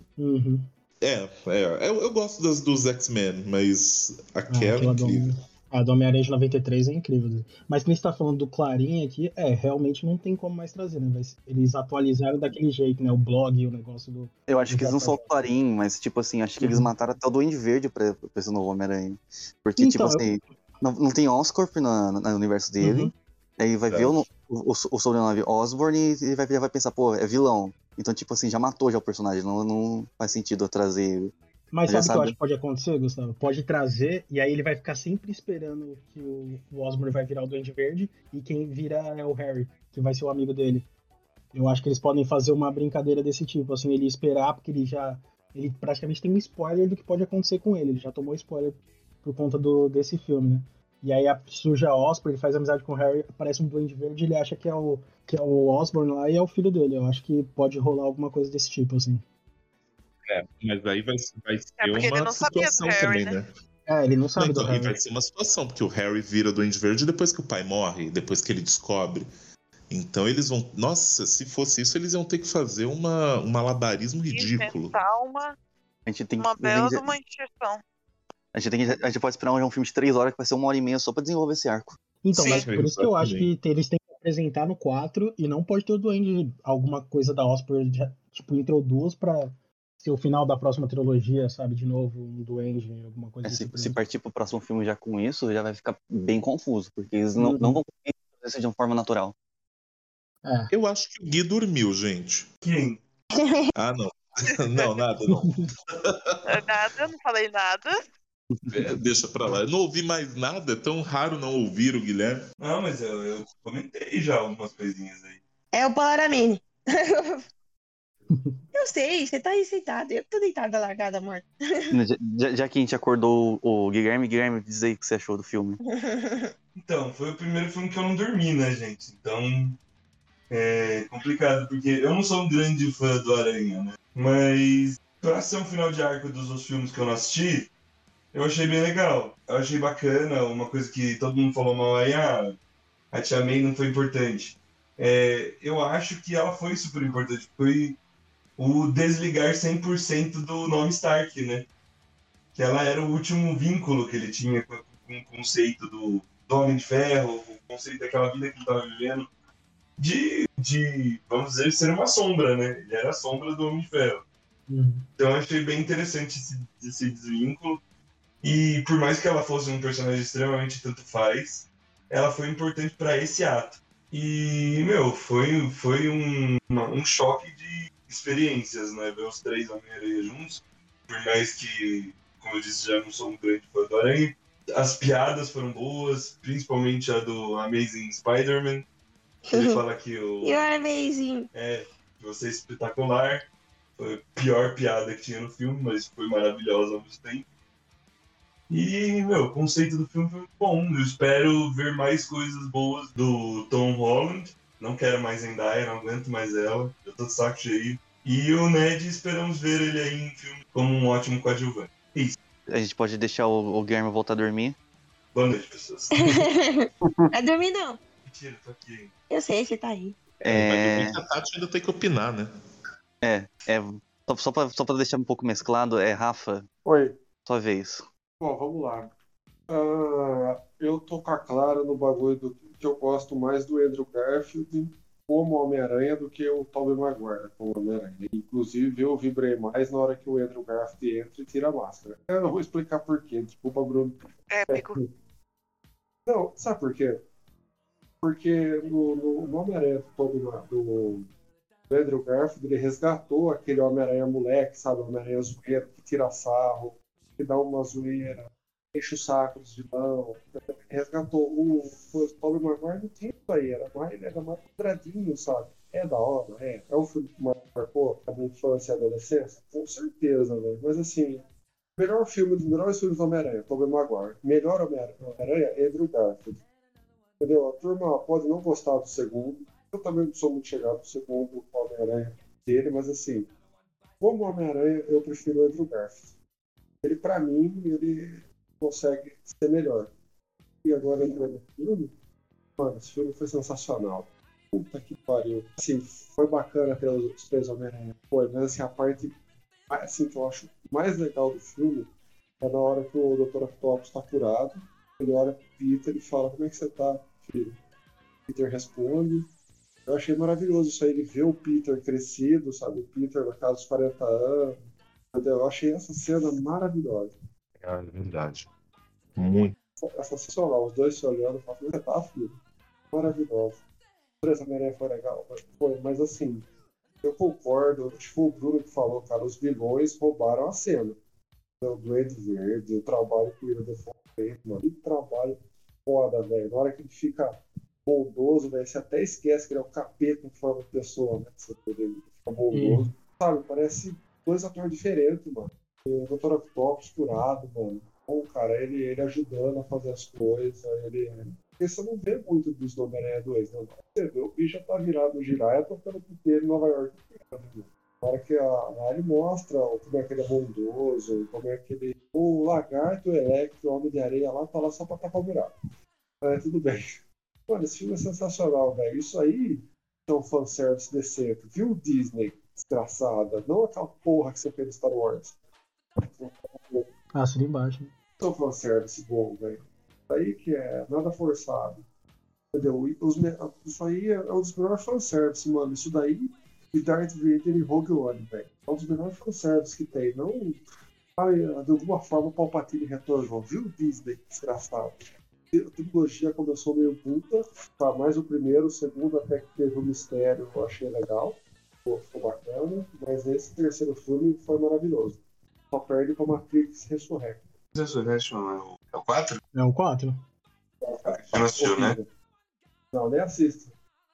Eu gosto dos X-Men, mas aquela é incrível. A do Homem-Aranha de 93 é incrível. Mas quem está falando do Clarim aqui, realmente não tem como mais trazer, né? Eles atualizaram daquele jeito, né? O blog e o negócio do... Eu acho que eles não são o Clarim, mas, tipo assim, acho que eles mataram até o Duende Verde pra esse novo Homem-Aranha. Porque, então, tipo assim, não tem Oscorp no universo dele. Aí vai ver o sobrenome Osborn e ele vai pensar, pô, é vilão. Então, tipo assim, já matou já o personagem. Não faz sentido trazer ele. Mas sabe o que eu acho que pode acontecer, Gustavo? Pode trazer, e aí ele vai ficar sempre esperando que o Osborn vai virar o Duende Verde, e quem vira é o Harry, que vai ser o amigo dele. Eu acho que eles podem fazer uma brincadeira desse tipo, assim, ele esperar, porque ele praticamente tem um spoiler do que pode acontecer com ele já tomou spoiler por conta desse filme, né? E aí surge a Osborn, ele faz amizade com o Harry, aparece um Duende Verde, ele acha que é o Osborn lá e é o filho dele. Eu acho que pode rolar alguma coisa desse tipo, assim. Mas aí vai ser porque uma ele não situação sabia do Harry, também, né? Ele não sabe do Harry. E vai ser uma situação, porque o Harry vira Duende Verde depois que o pai morre, depois que ele descobre. Então eles vão... Nossa, se fosse isso, eles iam ter que fazer um malabarismo ridículo. Uma bela de uma injeção. A gente pode esperar um filme de 3 horas que vai ser 1h30 só pra desenvolver esse arco. Então, mas por isso que eu acho que eles têm que apresentar no 4 e não pode ter o Duende, alguma coisa da Osborn, tipo, introduz pra ser o final da próxima trilogia, sabe? De novo, um Duende, alguma coisa assim. Se partir pro próximo filme já com isso, já vai ficar bem confuso, porque eles não vão conseguir fazer isso de uma forma natural. Eu acho que o Gui dormiu, gente. Quem? Ah, não. Não, nada, não. Nada, não falei nada. Deixa pra lá. Eu não ouvi mais nada, é tão raro não ouvir o Guilherme. Não, mas eu comentei já algumas coisinhas aí. É o Polaramine. Eu sei, você tá aí sentado. Eu tô deitada, largada, morta. Já que a gente acordou o Guilherme, diz aí o que você achou do filme. Então, foi o primeiro filme que eu não dormi, né, gente? Então, é complicado, porque eu não sou um grande fã do Aranha, né? Mas, pra ser um final de arco dos filmes que eu não assisti, eu achei bem legal. Eu achei bacana, uma coisa que todo mundo falou mal aí, a Tia May não foi importante. Eu acho que ela foi super importante. Foi o desligar 100% do nome Stark, né? Que ela era o último vínculo que ele tinha com o conceito do Homem de Ferro, o conceito daquela vida que ele estava vivendo, de, vamos dizer, ser uma sombra, né? Ele era a sombra do Homem de Ferro. Então eu achei bem interessante esse desvínculo. E por mais que ela fosse um personagem extremamente tanto faz, ela foi importante para esse ato. E, foi um choque de experiências, né? Ver os 3 Homem-Aranha juntos. Por mais que, como eu disse, já não sou um grande fã do Aranha. As piadas foram boas, principalmente a do Amazing Spider-Man. Ele fala que You're amazing! Você é espetacular. Foi a pior piada que tinha no filme, mas foi maravilhosa ao mesmo tempo. E, o conceito do filme foi muito bom. Eu espero ver mais coisas boas do Tom Holland. Não quero mais Zendaya, não aguento mais ela. Eu tô de saco cheio. E o Ned, esperamos ver ele aí em filme como um ótimo coadjuvante. Isso. A gente pode deixar o Guilherme voltar a dormir? Boa noite, pessoas. Vai dormir não. Mentira, tô aqui ainda. Eu sei, você tá aí. Mas depois a Tati ainda tem que opinar, né? Só pra deixar um pouco mesclado, Rafa, Oi. sua vez. Bom, vamos lá. Eu tô com a Clara no bagulho do que eu gosto mais do Andrew Garfield como Homem-Aranha do que o Tobey Maguire como Homem-Aranha. Inclusive, eu vibrei mais na hora que o Andrew Garfield entra e tira a máscara. Eu vou explicar por quê. Desculpa, Bruno. Épico. Não, sabe por quê? Porque no Homem-Aranha do Andrew Garfield, ele resgatou aquele Homem-Aranha moleque, sabe? O Homem-Aranha zoeiro que tira sarro, que dá uma zoeira, enche o saco dos vilão. Resgatou o Tobey Maguire, não tem isso aí, ele era mais quadradinho, sabe? É da hora, é um filme que marcou a minha infância e adolescência? Com certeza, velho. Mas assim, melhores filmes do Homem-Aranha, Tobey Maguire. Melhor Homem-Aranha, Andrew Garfield. Entendeu? A turma pode não gostar do segundo. Eu também não sou muito chegado no segundo Homem-Aranha dele, mas assim, como Homem-Aranha, eu prefiro o Andrew Garfield. Ele, pra mim, ele consegue ser melhor. E agora entrando no filme, mano, esse filme foi sensacional. Puta que pariu. Assim, foi bacana ter os três Homem-Aranha. Foi, mas assim, a parte assim, que eu acho mais legal do filme é na hora que o Dr. Octopus tá curado. Ele olha pro Peter e fala: como é que você tá, filho? Peter responde. Eu achei maravilhoso isso aí, ele vê o Peter crescido, sabe? O Peter na casa dos 40 anos. Entendeu? Eu achei essa cena maravilhosa. É verdade. Muito. É sensacional, os dois se olhando e falando: como você tá, filho? Maravilhoso. Essa Homem-Aranha foi legal, foi, mas assim, eu concordo, acho que foi o Bruno que falou, cara, os vilões roubaram a cena. O Duende Verde, o trabalho que o William Dafoe fez, mano, que trabalho foda, velho. Na hora que ele fica bondoso, velho, você até esquece que ele é o capeta em forma de pessoa, né? Você fica bondoso. Sabe, parece dois atores diferentes, mano. O Dr. Octopus curado, mano. Bom, cara, ele ajudando a fazer as coisas, porque você não vê muito disso no Homem-Aranha 2, né? Você vê, o bicho já tá virado no giraia, tocando puteiro em Nova York. Na hora que ele mostra como é que ele é bondoso, como é que ele... O Lagarto, o Electro, o Homem de Areia lá, tá lá só pra tacar o buraco. Tudo bem. Mano, esse filme é sensacional, velho. Isso aí é um fanservice decente. Viu, Disney, desgraçada? Não aquela porra que você fez no Star Wars. Assina embaixo. Isso é um fanservice bom, velho. Isso aí que é nada forçado. Entendeu? Isso aí é um dos melhores fanservice, mano. Isso daí e Darth Vader e Rogue One, velho. É um dos melhores fanservice que tem. Não, de alguma forma o Palpatine retornou. Viu, Disney, desgraçado? A trilogia começou meio puta, tá? Mais o primeiro, o segundo até que teve o mistério, eu achei legal, ficou bacana, mas esse terceiro filme foi maravilhoso. Só perde pra Matrix Resurrection. Resurrection é o 4? É o 4? Não assistiu, né? Não, nem assisto.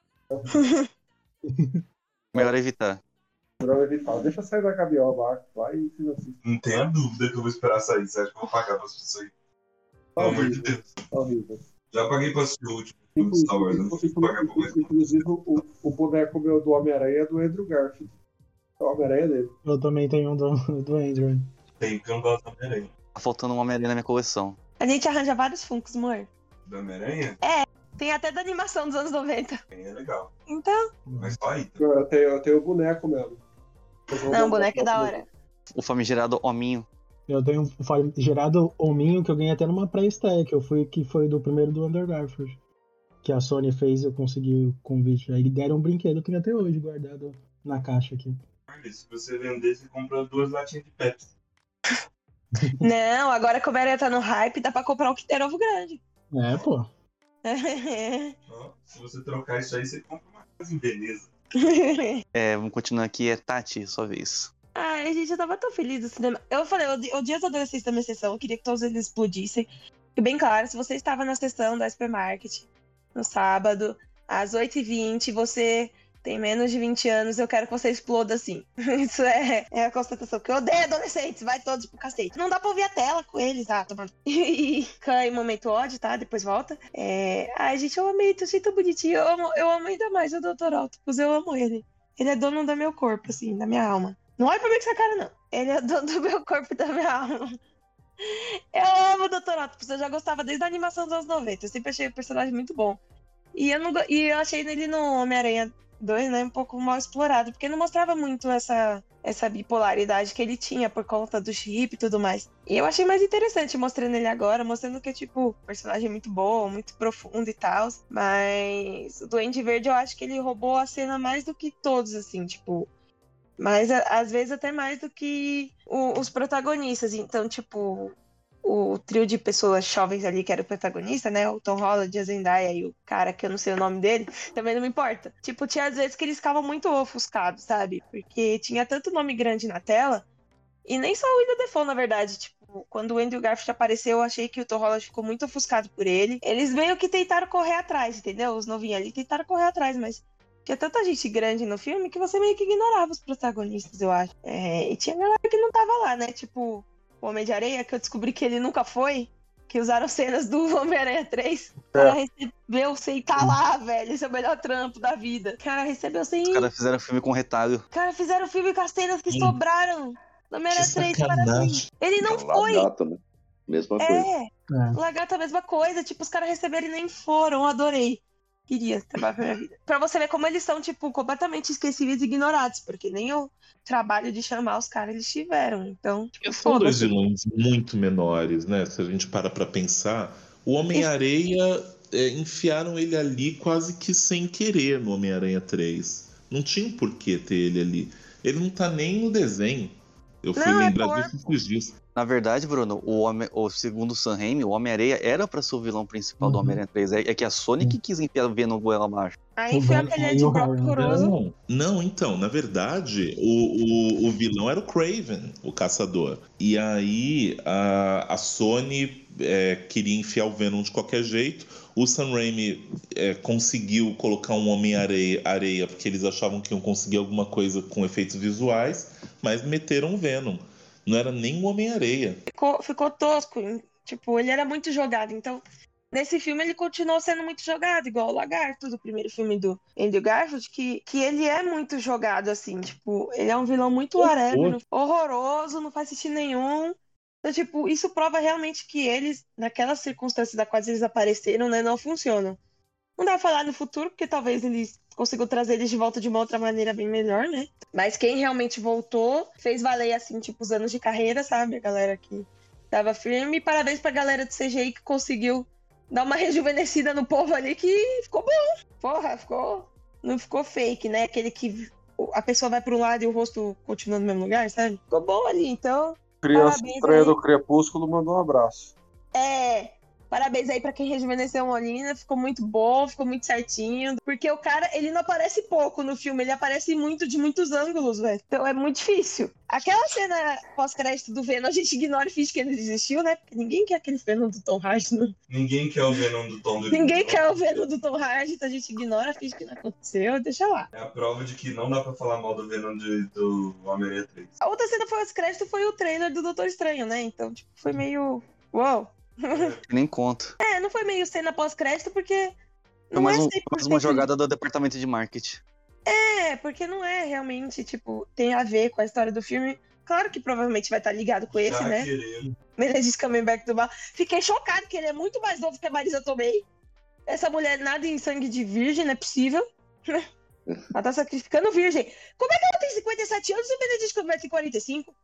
Melhor evitar. Melhor evitar. Deixa sair da cabiola, vai e fica assim. Não tenha dúvida que eu vou esperar sair. Você acha que eu vou pagar pra assistir isso aí? Pelo amor de Deus. Horrível. Já paguei pra assistir o último filme de Star Wars, não preciso pagar por mais. Inclusive, o boneco meu do Homem-Aranha é do Andrew Garfield. É o Homem-Aranha dele. Eu também tenho um do Andrew. Tem, porque eu não gosto do Homem-Aranha. Tá faltando um Homem-Aranha na minha coleção. A gente arranja vários Funkos, amor. Do Homem-Aranha? Tem até da animação dos anos 90. É legal. Então. Mas só aí. Eu tenho o boneco mesmo. Não, o boneco é da hora. O famigerado Hominho. Eu tenho um famigerado hominho que eu ganhei até numa pré-estreia, que foi do primeiro do Andrew Garfield. Que a Sony fez e eu consegui o convite. Aí deram um brinquedo, eu tenho até hoje guardado na caixa aqui. Se você vender, você compra 2 latinhas de Pepsi. Não, agora que o Homem-Aranha tá no hype, dá pra comprar um Kinder Ovo grande. É, pô. Se você trocar isso aí, você compra uma casa em Veneza. Vamos continuar aqui. Tati, sua vez. Ai, gente, eu tava tão feliz do cinema. Eu falei, eu odia os adolescentes da minha sessão, eu queria que todos eles explodissem. E bem claro, se você estava na sessão da Supermarket no sábado, às 8h20, você tem menos de 20 anos, eu quero que você exploda assim. Isso é a constatação, porque eu odeio adolescentes, vai todos pro cacete. Não dá pra ouvir a tela com eles, tomando. E cai momento ódio, tá? Depois volta. Ai, gente, eu amei, achei tão bonitinho. Eu amo ainda mais o Dr. Octopus, eu amo ele. Ele é dono do meu corpo, assim, da minha alma. Não olha pra mim com essa cara, não. Ele é dono do meu corpo e da minha alma. Eu amo o Dr. Octopus, eu já gostava desde a animação dos anos 90. Eu sempre achei o personagem muito bom. E eu achei ele no Homem-Aranha 2, né, um pouco mal explorado, porque não mostrava muito essa bipolaridade que ele tinha por conta do chip e tudo mais. E eu achei mais interessante mostrando ele agora, mostrando que, tipo, personagem muito bom, muito profundo e tal. Mas o Duende Verde, eu acho que ele roubou a cena mais do que todos, assim, tipo... Mas, às vezes, até mais do que os protagonistas. Então, tipo... O trio de pessoas jovens ali, que era o protagonista, né? O Tom Holland, a Zendaya e o cara que eu não sei o nome dele, também não me importa. Tipo, tinha às vezes que eles ficavam muito ofuscados, sabe? Porque tinha tanto nome grande na tela, e nem só o Willem Dafoe, na verdade. Tipo, quando o Andrew Garfield apareceu, eu achei que o Tom Holland ficou muito ofuscado por ele. Eles meio que tentaram correr atrás, entendeu? Os novinhos ali tentaram correr atrás, mas tinha tanta gente grande no filme que você meio que ignorava os protagonistas, eu acho. E tinha galera que não tava lá, né? Tipo... O Homem de Areia, que eu descobri que ele nunca foi, que usaram cenas do Homem-Aranha 3. O cara recebeu sem tá lá, velho. Esse é o melhor trampo da vida. O cara recebeu sem... Os caras fizeram filme com retalho. Os caras fizeram filme com as cenas que sobraram do Homem-Aranha 3. Assim. Ele não foi. Lagarto, né? Mesma coisa. O Lagarto, a mesma coisa. Tipo, os caras receberam e nem foram. Adorei. Queria trabalhar pra minha vida. Pra você ver como eles são, tipo, completamente esquecidos e ignorados. Porque nem o trabalho de chamar os caras eles tiveram. Então, tipo, são dois vilões muito menores, né? Se a gente para pra pensar, o Homem-Areia enfiaram ele ali quase que sem querer no Homem-Aranha 3. Não tinha por que ter ele ali. Ele não tá nem no desenho. Eu fui lembrar disso esses dias. Na verdade, Bruno, o segundo o Sam Raimi, o Homem-Areia era pra ser o vilão principal do Homem-Aranha 3. É que a Sony que quis enfiar o Venom goela abaixo. Aí foi aquele de Brock horroroso. Não, então, na verdade, o vilão era o Kraven, o caçador. E aí a Sony queria enfiar o Venom de qualquer jeito. O Sam Raimi conseguiu colocar um Homem-Areia porque eles achavam que iam conseguir alguma coisa com efeitos visuais, mas meteram o Venom. Não era nem o Homem-Areia. Ficou tosco. Tipo, ele era muito jogado. Então, nesse filme ele continuou sendo muito jogado, igual o Lagarto do primeiro filme do Andrew Garfield, que ele é muito jogado, assim. Tipo, ele é um vilão muito whatever, horroroso, não faz sentido nenhum. Então, tipo, isso prova realmente que eles, naquelas circunstâncias das quais eles apareceram, né, não funcionam. Não dá pra falar no futuro, porque talvez eles consigam trazer eles de volta de uma outra maneira bem melhor, né? Mas quem realmente voltou, fez valer, assim, tipo, os anos de carreira, sabe? A galera que tava firme. E parabéns pra galera do CGI que conseguiu dar uma rejuvenescida no povo ali, que ficou bom. Porra, não ficou fake, né? Aquele que a pessoa vai pra um lado e o rosto continua no mesmo lugar, sabe? Ficou bom ali, então... Criança estranha do Crepúsculo mandou um abraço. Parabéns aí pra quem rejuvenesceu o Molina, ficou muito bom, ficou muito certinho. Porque o cara, ele não aparece pouco no filme, ele aparece muito, de muitos ângulos, velho. Então é muito difícil. Aquela cena pós-crédito do Venom, a gente ignora e finge que ele existiu, né? Porque ninguém quer aquele Venom do Tom Hardy. Não. Ninguém quer o Venom do Tom Hardy. Ninguém quer o Venom do Tom Hardy, então a gente ignora, finge que não aconteceu, deixa lá. É a prova de que não dá pra falar mal do Venom do Homem-Aranha 3. A outra cena pós-crédito foi o trailer do Doutor Estranho, né? Então, tipo, foi meio... Uau! Nem conta. Não foi meio cena pós-crédito, porque... Foi mais uma jogada do departamento de marketing. Porque não é realmente, tipo, tem a ver com a história do filme. Claro que provavelmente vai estar ligado com esse, né? Benedict Cumberbatch do mal. Fiquei chocado que ele é muito mais novo que a Marisa Tomei. Essa mulher nada em sangue de virgem, não é possível. Ela tá sacrificando virgem. Como é que ela tem 57 anos e o Benedict Cumberbatch tem 45?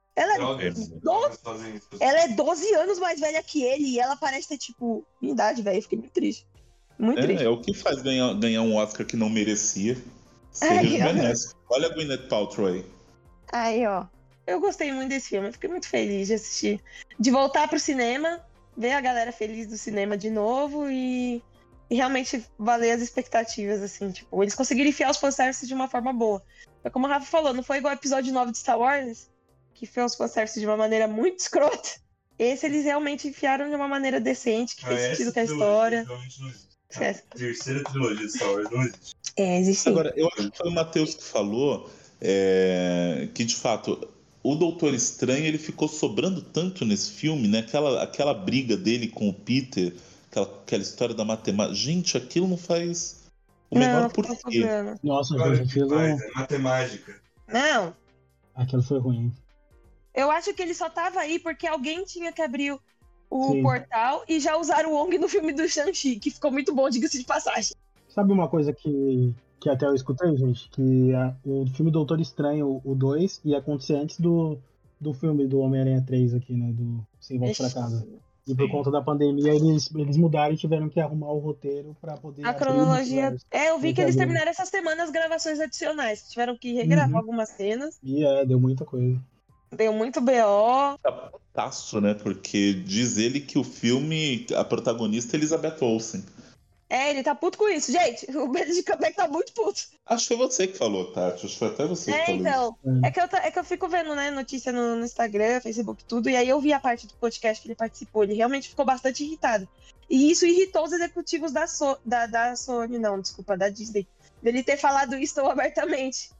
Ela é 12 anos mais velha que ele e ela parece ter, tipo, minha idade, velho. Eu fiquei muito triste. Muito triste. É o que faz ganhar um Oscar que não merecia. Você rejuvenesce. Olha a Gwyneth Paltrow aí. Aí, ó. Eu gostei muito desse filme. Eu fiquei muito feliz de assistir. De voltar pro cinema, ver a galera feliz do cinema de novo e realmente valer as expectativas, assim. Tipo, eles conseguiram enfiar os fanservices de uma forma boa. Mas como o Rafa falou, não foi igual ao episódio 9 de Star Wars, que fez os fanservices de uma maneira muito escrota. Esse eles realmente enfiaram de uma maneira decente, que fez sentido com a história. A terceira trilogia de Star Wars não existe. Existe sim. Agora, eu acho que foi o Matheus que falou que, de fato, o Doutor Estranho ele ficou sobrando tanto nesse filme, né? Aquela briga dele com o Peter, aquela história da matemática. Gente, aquilo não faz o menor porquê. Nossa, aquilo é matemática. Não. Aquilo foi ruim. Eu acho que ele só tava aí porque alguém tinha que abrir o portal e já usaram o Wong no filme do Shang-Chi, que ficou muito bom, diga-se de passagem. Sabe uma coisa que Que até eu escutei, gente, que o filme Doutor Estranho, o 2, ia acontecer antes do filme do Homem-Aranha 3 aqui, né? Do Sem Volta pra Casa. E por conta da pandemia, eles mudaram e tiveram que arrumar o roteiro pra poder A abrir o cronologia. multiverso. Eu vi que eles Multiverso. terminaram essa semana as gravações adicionais. Tiveram que regravar algumas cenas. E deu muita coisa. Deu muito BO. Tá putaço, né? Porque diz ele que o filme, a protagonista é Elizabeth Olsen. Ele tá puto com isso, gente. O Benedict Cumberbatch tá muito puto. Acho que foi você que falou, Tati. Acho que foi até você que falou Então. isso. É que eu fico vendo, né, notícia no Instagram, Facebook, tudo. E aí eu vi a parte do podcast que ele participou. Ele realmente ficou bastante irritado. E isso irritou os executivos da Sony, não, desculpa, da Disney. Dele ter falado isso tão abertamente.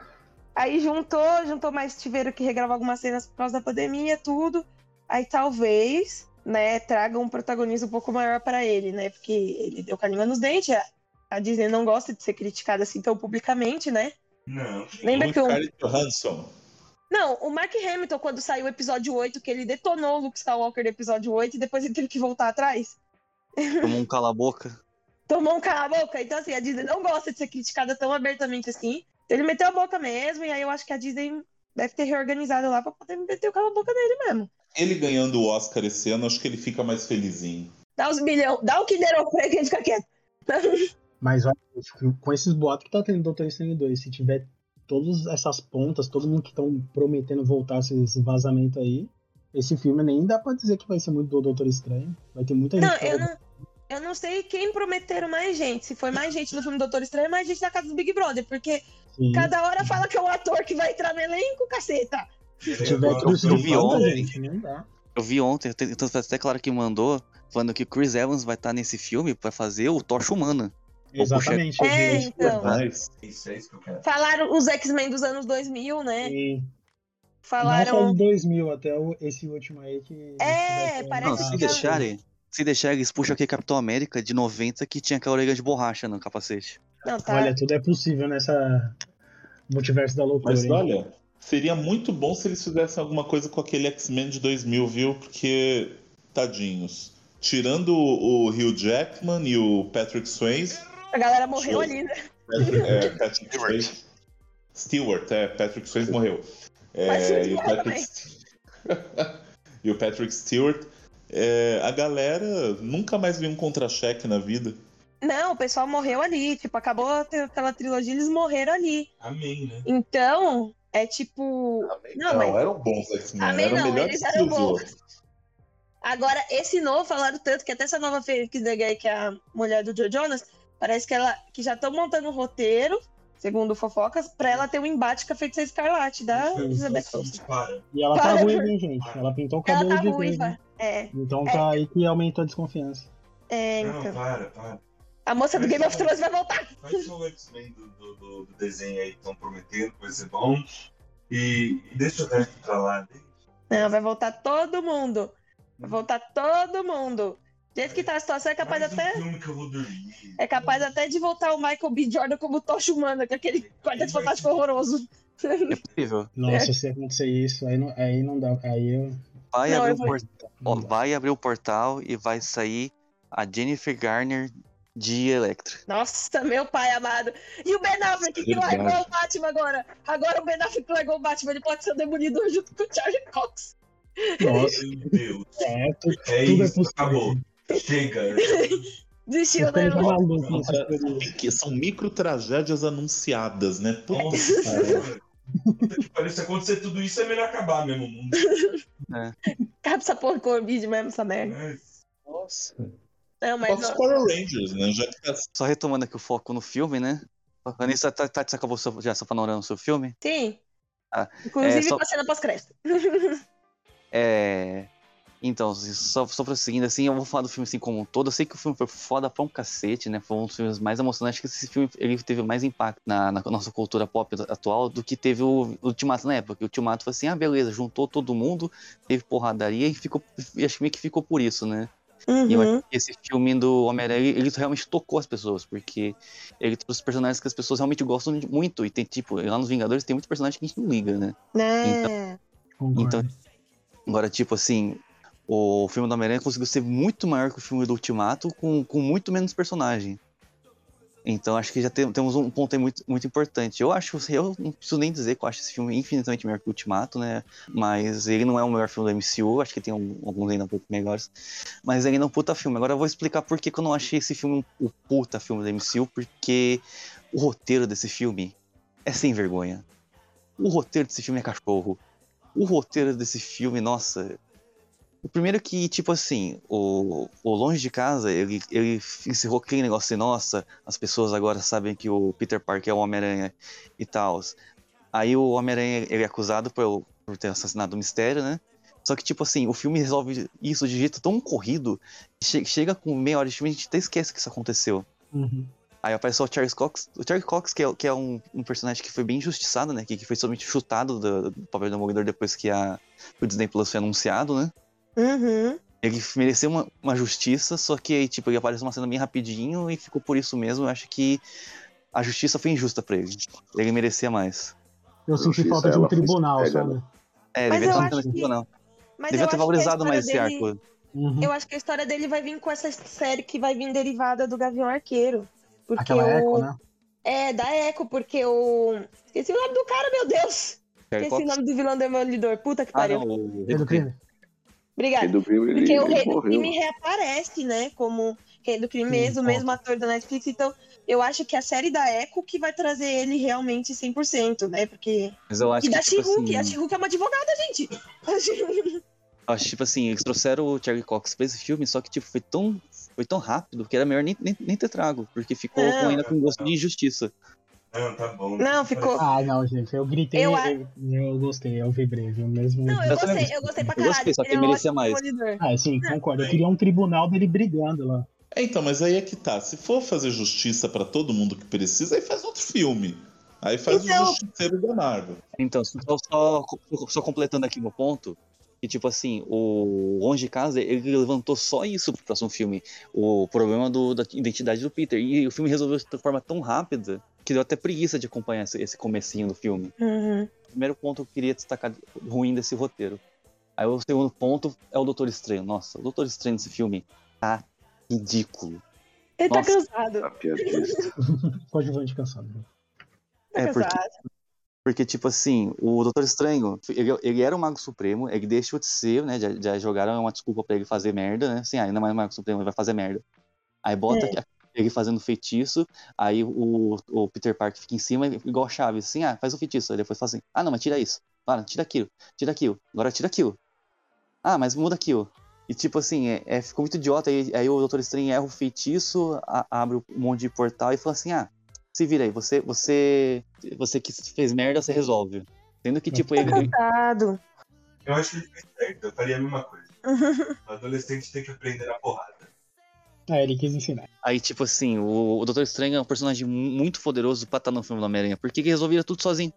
Aí juntou, mas tiveram que regravar algumas cenas por causa da pandemia, tudo. Aí talvez, né, traga um protagonismo um pouco maior pra ele, né? Porque ele deu com a língua nos dentes. A Disney não gosta de ser criticada assim tão publicamente, né? Não. Lembra que Scarlett Johansson. Não, o Mark Hamill, quando saiu o episódio 8, que ele detonou o Luke Skywalker do episódio 8 e depois ele teve que voltar atrás. Tomou um cala-boca. Tomou um cala-boca. Então, assim, a Disney não gosta de ser criticada tão abertamente assim. Ele meteu a boca mesmo, e aí eu acho que a Disney deve ter reorganizado lá pra poder meter o cala-boca nele mesmo. Ele ganhando o Oscar esse ano, acho que ele fica mais felizinho. Dá os milhões, dá o que deram pra ele que ele fica quieto. Mas olha, com esses boatos que tá tendo Doutor Estranho 2, se tiver todas essas pontas, todo mundo que estão prometendo voltar esse vazamento aí, esse filme nem dá pra dizer que vai ser muito do Doutor Estranho. Vai ter muita gente. Eu não sei quem prometeram mais gente. Se foi mais gente no filme Doutor Estranho, mais gente na casa do Big Brother. Porque cada hora fala que é um ator que vai entrar no elenco, caceta. Se tiver tudo isso Eu vi ontem. gente, nem dá. Eu vi ontem, então foi até claro que mandou, falando que o Chris Evans vai estar nesse filme pra fazer o Tocha Humana. Exatamente. Então. Isso é isso que eu quero. Falaram os X-Men dos anos 2000, né? E falaram. Não só de 2000, até esse último aí que. Parece não, se deixarem, eles puxam aqui Capitão América de 90 que tinha aquela orelha de borracha no capacete. Não, tá. Olha, tudo é possível nessa multiverso da loucura. Mas olha, seria muito bom se eles fizessem alguma coisa com aquele X-Men de 2000, viu? Porque, tadinhos, tirando o Hugh Jackman e o Patrick Swayze... A galera morreu ali, né? Patrick Stewart, Patrick Swayze morreu. E o Patrick Stewart... a galera nunca mais viu um contra-cheque na vida. Não, o pessoal morreu ali. Tipo, acabou aquela trilogia, eles morreram ali. Amém, né? Então, é tipo... Não, eram bons X-Men. Eram melhores que os outros. Agora, esse novo, falaram tanto que até essa nova Felix Degay, que é a mulher do Joe Jonas, parece que já estão montando um roteiro, segundo fofocas, pra ela ter um embate com a Feiticeira Escarlate da Elizabeth Olsen. E ela tá ruim, hein, gente? Ela pintou o cabelo ela tá de ruim, verde. Então É. tá aí que aumentou a desconfiança. Então. Não, para. A moça do Game of Thrones vai voltar. Faz o X-Men do desenho aí que estão prometendo, que vai ser bom. E deixa o resto pra lá. Não, vai voltar todo mundo. Vai voltar todo mundo. Do jeito que tá a situação, é capaz até... filme que eu vou dormir. É capaz até de voltar o Michael B. Jordan como Tocha Humana, com aquele Quarteto Fantástico horroroso. É possível. Nossa, se acontecer isso, aí não dá. Aí eu... Vai abrir o portal e vai sair a Jennifer Garner de Electra. Nossa, meu pai amado. E o Ben Affleck que largou o Batman agora. Agora o Ben Affleck largou o Batman, ele pode ser o Demolidor junto com o Charlie Cox. Nossa, meu Deus. Tudo é tudo isso, possível. acabou. Chega. Desistiu, né, irmão? Que são micro tragédias anunciadas, né? Nossa, cara. Se acontecer tudo isso, é melhor acabar mesmo o mundo. Cabe essa porra com o vídeo mesmo, essa merda. Nossa. Não, mas Os Power Rangers, né? Só retomando aqui o foco no filme, né? Vanessa, Tati, você acabou já essa panorama do seu filme? Sim. Inclusive com a cena pós-crédito. Então, só prosseguindo assim, eu vou falar do filme assim como um todo. Eu sei que o filme foi foda pra um cacete, né? Foi um dos filmes mais emocionantes. Acho que esse filme ele teve mais impacto na nossa cultura pop atual do que teve o Ultimato na época. O Ultimato foi assim, beleza, juntou todo mundo, teve porradaria e acho que meio que ficou por isso, né? E eu acho que esse filme do Homem-Aranha, ele realmente tocou as pessoas, porque ele trouxe personagens que as pessoas realmente gostam muito. E tem, tipo, lá nos Vingadores tem muitos personagens que a gente não liga, né? Então, agora, tipo assim, o filme do Homem-Aranha conseguiu ser muito maior que o filme do Ultimato, com muito menos personagem. Então acho que já temos um ponto aí muito, muito importante. Eu não preciso nem dizer que eu acho esse filme infinitamente melhor que o Ultimato, né? Mas ele não é o melhor filme do MCU, acho que tem alguns ainda um pouco melhores. Mas ele não é um puta filme. Agora eu vou explicar por que eu não achei esse filme um puta filme do MCU, porque o roteiro desse filme é sem vergonha. O roteiro desse filme é cachorro. O roteiro desse filme, nossa... O primeiro que, tipo assim, o Longe de Casa, ele encerrou aquele negócio assim, nossa, as pessoas agora sabem que o Peter Parker é o Homem-Aranha e tal. Aí o Homem-Aranha, ele é acusado por ter assassinado o Mistério, né? Só que, tipo assim, o filme resolve isso de jeito tão corrido, que chega com meia hora de filme e a gente até esquece que isso aconteceu. Uhum. Aí apareceu o Charles Cox. O Charles Cox, que é um personagem que foi bem injustiçado, né? Que foi somente chutado do papel do Demolidor depois que o Disney Plus foi anunciado, né? Uhum. Ele mereceu uma justiça, só que aí, tipo, ele apareceu uma cena bem rapidinho e ficou por isso mesmo. Eu acho que a justiça foi injusta pra ele. Ele merecia mais. Eu senti falta de um tribunal, sabe? Devia ter um tribunal. Devia ter valorizado mais esse arco. Uhum. Eu acho que a história dele vai vir com essa série que vai vir derivada do Gavião Arqueiro. Porque aquela Echo, né? É, da Echo, porque esqueci o nome do cara, meu Deus! Esqueci o nome do vilão Demolidor. Puta que pariu. Não, Rei do Crime. Obrigada. Porque o Rei do Crime reaparece, né? Como Rei do Crime mesmo, o mesmo ator da Netflix. Então, eu acho que a série da Echo que vai trazer ele realmente 100%, né? Porque... Mas eu acho e da que, tipo She-Hulk. assim... A She-Hulk é uma advogada, gente. Eu acho, tipo assim, eles trouxeram o Charlie Cox pra esse filme, só que, tipo, foi tão rápido que era melhor nem ter trago, porque ficou ainda com gosto de injustiça. Não, tá bom. Não, ficou... Ah, não, gente, eu gritei, eu gostei, eu vibrei, viu? Mesmo... Não, eu gostei pra caralho. Eu gostei, só que merecia mais. Ah, sim, concordo. Eu queria um tribunal dele brigando lá. Então, mas aí é que tá. Se for fazer justiça pra todo mundo que precisa, aí faz outro filme. Aí faz o Justiceiro da Marvel. Então, só completando aqui meu ponto, que tipo assim, o Longe de Casa, ele levantou só isso pro próximo filme, o problema da identidade do Peter, e o filme resolveu de forma tão rápida que deu até preguiça de acompanhar esse comecinho do filme. Uhum. O primeiro ponto que eu queria destacar ruim desse roteiro. Aí o segundo ponto é o Doutor Estranho. Nossa, o Doutor Estranho nesse filme tá ridículo. Ele tá cansado. Tá piadista. Coadjuvante cansado. Tá cansado. Porque, tipo assim, o Doutor Estranho, ele era o Mago Supremo, ele deixou de ser, né? Já jogaram uma desculpa pra ele fazer merda, né? Assim, ainda mais o Mago Supremo, ele vai fazer merda. Aí bota ele fazendo feitiço, aí o Peter Parker fica em cima, igual a Chaves, assim, faz o feitiço. Aí depois fala assim, não, mas tira isso. Para, tira aquilo, agora tira aquilo. Mas muda aquilo. E tipo assim, ficou muito idiota, aí o Doutor Estranho erra o feitiço, abre um monte de portal e fala assim, se vira aí, você que fez merda, você resolve. Sendo que, tipo, ele... Eu acho que ele fez certo, eu faria a mesma coisa. O adolescente tem que aprender a porrada. Ele quis ensinar. Aí, tipo assim, o Doutor Estranho é um personagem muito poderoso pra estar no filme do Homem-Aranha, porque ele resolvia tudo sozinho.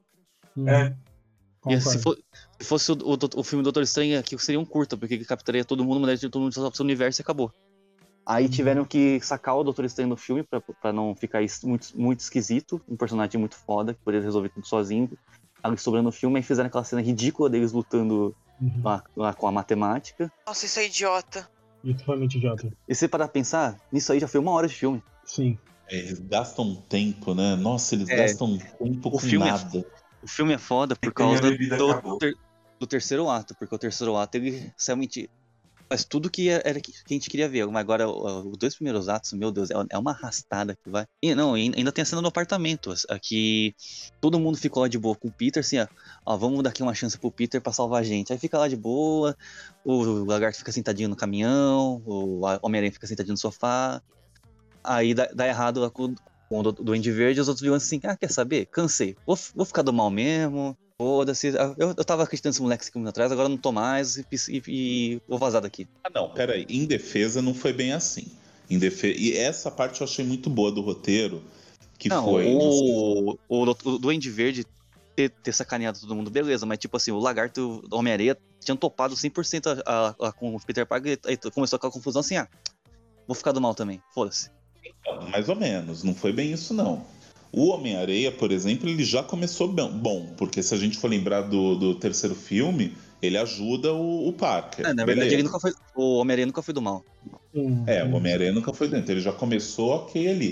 E se fosse o filme do Doutor Estranho, aqui seria um curta, porque ele capturaria todo mundo, mandaria todo mundo pro seu universo e acabou. Aí tiveram que sacar o Doutor Estranho no filme pra não ficar muito, muito esquisito. Um personagem muito foda, que poderia resolver tudo sozinho. Ali sobrando no filme, aí fizeram aquela cena ridícula deles lutando lá com a matemática. Nossa, isso é idiota. Totalmente idiota. E se parar pra pensar, nisso aí já foi 1 hora de filme. Sim. Eles gastam tempo, né? Nossa, eles gastam tempo com nada. O filme é foda por causa do terceiro ato, porque o terceiro ato ele realmente faz tudo que a gente queria ver. Mas agora, os 2 primeiros atos, meu Deus, é uma arrastada que vai. E ainda tem a cena do apartamento, aqui todo mundo ficou lá de boa com o Peter, assim, vamos dar aqui uma chance pro Peter pra salvar a gente. Aí fica lá de boa, o Lagarto fica sentadinho no caminhão, o Homem-Aranha fica sentadinho no sofá. Aí dá errado lá com o Duende Verde, e os outros vilões assim, quer saber? Cansei, vou ficar do mal mesmo. Foda-se, eu tava acreditando nesse moleque 5 minutos atrás, agora não tô mais e vou vazar daqui. Não, peraí. Em defesa não foi bem assim. E essa parte eu achei muito boa do roteiro, que foi... O Duende Verde ter sacaneado todo mundo, beleza, mas tipo assim, o Lagarto e o Homem-Aranha tinham topado 100% com o Peter Parker, aí começou aquela confusão assim, vou ficar do mal também, foda-se. Então, mais ou menos, não foi bem isso não. O Homem-Aranha, por exemplo, ele já começou bom, porque se a gente for lembrar do terceiro filme, ele ajuda o Parker. Na verdade, o Homem-Aranha nunca foi do mal. O Homem-Aranha nunca foi dentro, ele já começou ok ali.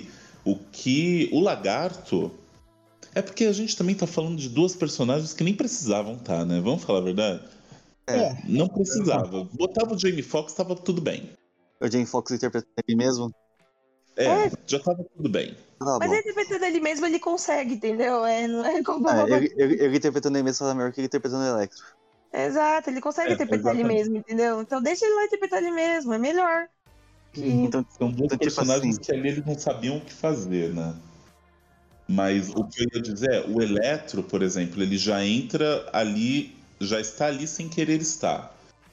O Lagarto... É porque a gente também tá falando de duas personagens que nem precisavam estar, né? Vamos falar a verdade? Não precisava. Botava o Jamie Foxx, tava tudo bem. O Jamie Foxx interpretando ele mesmo? Já tava tudo bem. Mas ele interpretando ele mesmo, ele consegue, entendeu? Não é como ele interpretando ele mesmo faz melhor que ele interpretando o Electro. Exato, ele consegue interpretar ele mesmo, entendeu? Então deixa ele lá interpretar ele mesmo, é melhor. Então, são dois tipo personagens assim, que ali eles não sabiam o que fazer, né? Mas o que eu ia dizer é, o Electro, por exemplo, ele já entra ali, já está ali sem querer estar.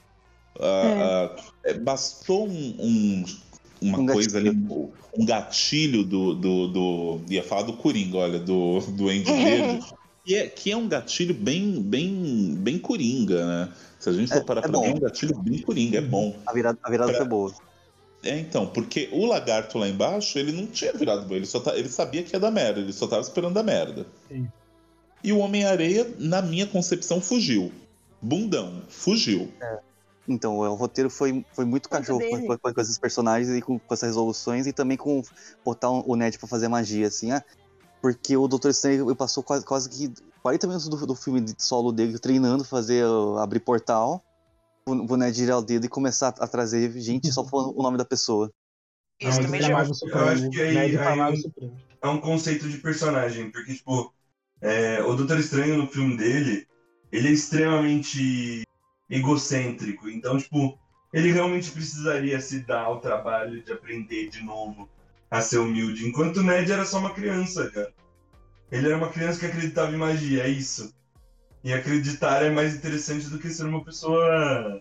Bastou uma coisa ali, um gatilho ia falar do Coringa, olha, do Andy Verde, que é um gatilho bem Coringa, né? Se a gente for parar pra ver, é um gatilho bem Coringa, é bom. A virada foi boa. Então, porque o Lagarto lá embaixo, ele não tinha virado bom, ele sabia que ia dar merda, ele só tava esperando dar merda. Sim. E o Homem-Areia, na minha concepção, fugiu. Bundão, fugiu. Então, o roteiro foi muito cachorro com esses personagens e com essas resoluções, e também com botar o Ned pra fazer magia, assim, porque o Doutor Estranho passou quase que 40 minutos do filme de solo dele treinando, abrir portal, o Ned girar o dedo e começar a trazer gente só falando o nome da pessoa. Isso também eu acho que aí é um conceito de personagem, porque, tipo, o Doutor Estranho no filme dele, ele é extremamente egocêntrico, então, tipo, ele realmente precisaria se dar ao trabalho de aprender de novo a ser humilde, enquanto o Ned era só uma criança, cara. Ele era uma criança que acreditava em magia, é isso. E acreditar é mais interessante do que ser uma pessoa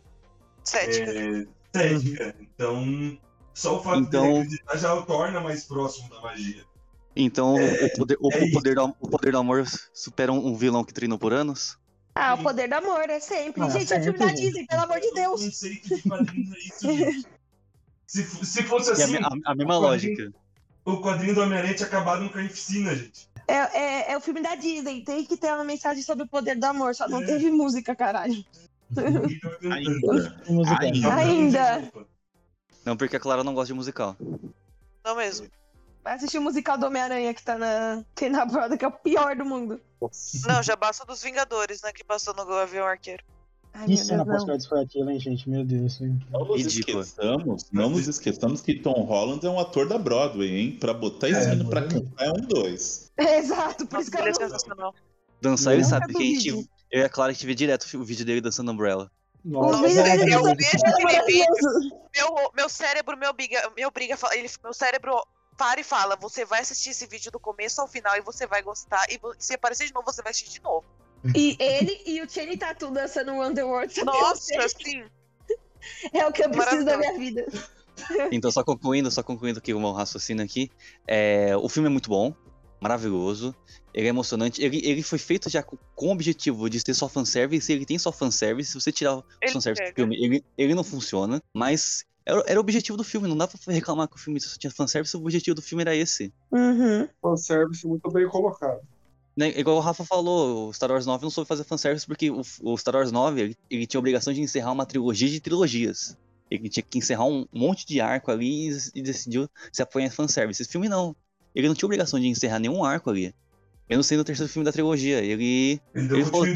cética. Então, só o fato de acreditar já o torna mais próximo da magia. Então, o poder do amor supera um vilão que treinou por anos? O poder do amor é sempre. Gente, é filme da Disney, pelo amor de Deus. O conceito de quadrinhos é isso, gente. Se fosse assim... A mesma lógica. O quadrinho do Homem-Aranha tinha acabado no Carnificina, gente. É o filme da Disney, tem que ter uma mensagem sobre o poder do amor, só não teve música, caralho. Ainda. Não, porque a Clara não gosta de musical. Não mesmo. Vai assistir o musical do Homem-Aranha que tem na Broadway, que é o pior do mundo. Não, já basta dos Vingadores, né, que passou no Avião Arqueiro. Que cena pós-créditos foi aquilo, hein, gente? Meu Deus. Não nos esqueçamos que Tom Holland é um ator da Broadway, hein? Pra botar esse menino pra cantar é 2. Exato, por isso que ele é sensacional. Dançar, ele sabe que a gente... Eu e a Clara, a gente vê direto o vídeo dele dançando Umbrella. Nossa, eu vejo aquele vídeo. Meu cérebro me obriga. Meu cérebro para e fala: você vai assistir esse vídeo do começo ao final e você vai gostar. E se aparecer de novo, você vai assistir de novo. E ele e o Channing Tatum dançando Underworld. Nossa, sim. É o que eu preciso da minha vida. Então, só concluindo aqui o meu raciocínio aqui. O filme é muito bom, maravilhoso. Ele é emocionante. Ele foi feito já com o objetivo de ter só fanservice. Ele tem só fanservice. Se você tirar o fanservice do filme, ele não funciona. Mas era o objetivo do filme. Não dá pra reclamar que o filme só tinha fanservice. O objetivo do filme era esse. Fanservice muito bem colocado. Né, igual o Rafa falou, o Star Wars 9 não soube fazer fanservice porque o Star Wars 9 ele tinha a obrigação de encerrar uma trilogia de trilogias. Ele tinha que encerrar um monte de arco ali e decidiu se apoiar em fanservice. Esse filme não. Ele não tinha obrigação de encerrar nenhum arco ali. Eu não sei no terceiro filme da trilogia. Ele falou.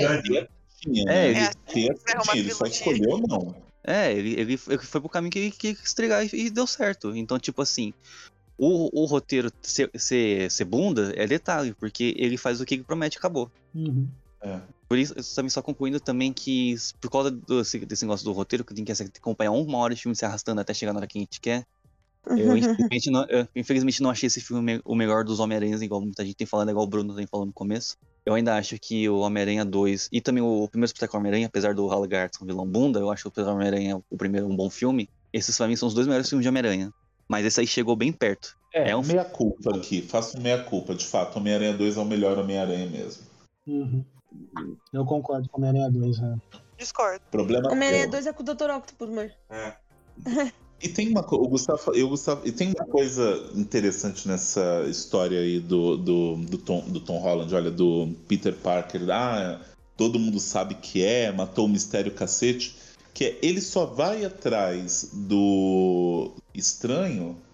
Ele só escolheu ou não. Ele foi pro caminho que ele quis entregar e deu certo. Então, tipo assim. O roteiro ser bunda é detalhe, porque ele faz o que ele promete e acabou. Por isso, eu também só concluindo também que, por causa desse negócio do roteiro, que tem que acompanhar 1 hora de filme se arrastando até chegar na hora que a gente quer, eu infelizmente não achei esse filme o melhor dos Homem-Aranhas, igual muita gente tem falando, igual o Bruno tem falando no começo. Eu ainda acho que o Homem-Aranha 2 e também o primeiro espetáculo Homem-Aranha, apesar do Lagarto ser um vilão bunda, eu acho que o Homem-Aranha, o primeiro, um bom filme. Esses pra mim são os 2 melhores filmes de Homem-Aranha. Mas esse aí chegou bem perto. Meia culpa aqui, faço meia culpa. De fato, Homem-Aranha 2 é o melhor Homem-Aranha mesmo. Eu concordo com Homem-Aranha 2, né? Discordo. Homem-Aranha 2 é com o Dr. Octopus, mano. E tem uma tem uma coisa interessante nessa história aí do Tom Holland, olha, do Peter Parker. Todo mundo sabe que matou o mistério cacete. Que ele só vai atrás do estranho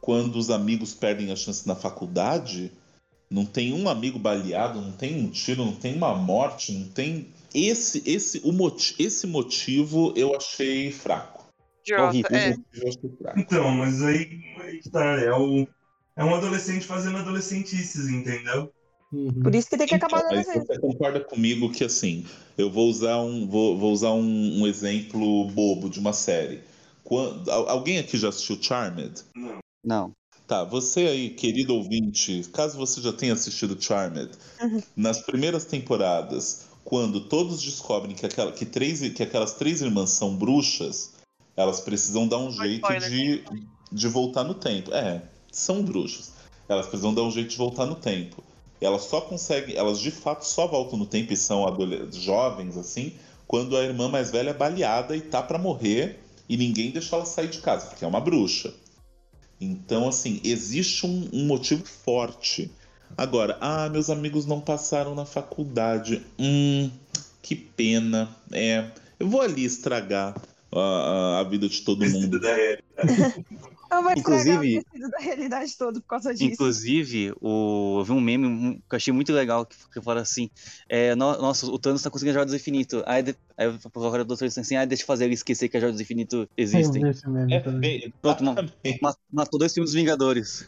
quando os amigos perdem a chance na faculdade, não tem um amigo baleado, não tem um tiro, não tem uma morte, não tem... Esse motivo eu achei fraco. Idiota, Eu achei fraco. Então, mas aí que tá. É um adolescente fazendo adolescentices, entendeu? Por isso que tem que acabar Mas adolescente. você concorda comigo que, assim, eu vou usar um exemplo bobo de uma série. Alguém aqui já assistiu Charmed? Não. Tá, você aí, querido ouvinte, caso você já tenha assistido Charmed, nas primeiras temporadas, quando todos descobrem que aquelas 3 irmãs são bruxas, elas precisam dar um jeito de voltar no tempo. São bruxas. Elas precisam dar um jeito de voltar no tempo. Elas de fato só voltam no tempo e são jovens, assim, quando a irmã mais velha é baleada e tá pra morrer e ninguém deixa ela sair de casa, porque é uma bruxa. Então, assim, existe um motivo forte. Agora, meus amigos não passaram na faculdade. Que pena. Eu vou ali estragar a vida de todo mundo. Eu vou estragar Inclusive- o tecido da realidade todo por causa disso. Inclusive, eu vi um meme que eu achei muito legal, que fala assim, nossa, o Thanos tá conseguindo a Joia do Infinito. Aí o Doutor Estranho assim, deixa eu fazer ele esquecer que a Joia do Infinito existem. Eu vi esse meme também. Pronto, matou 2 filmes dos Vingadores.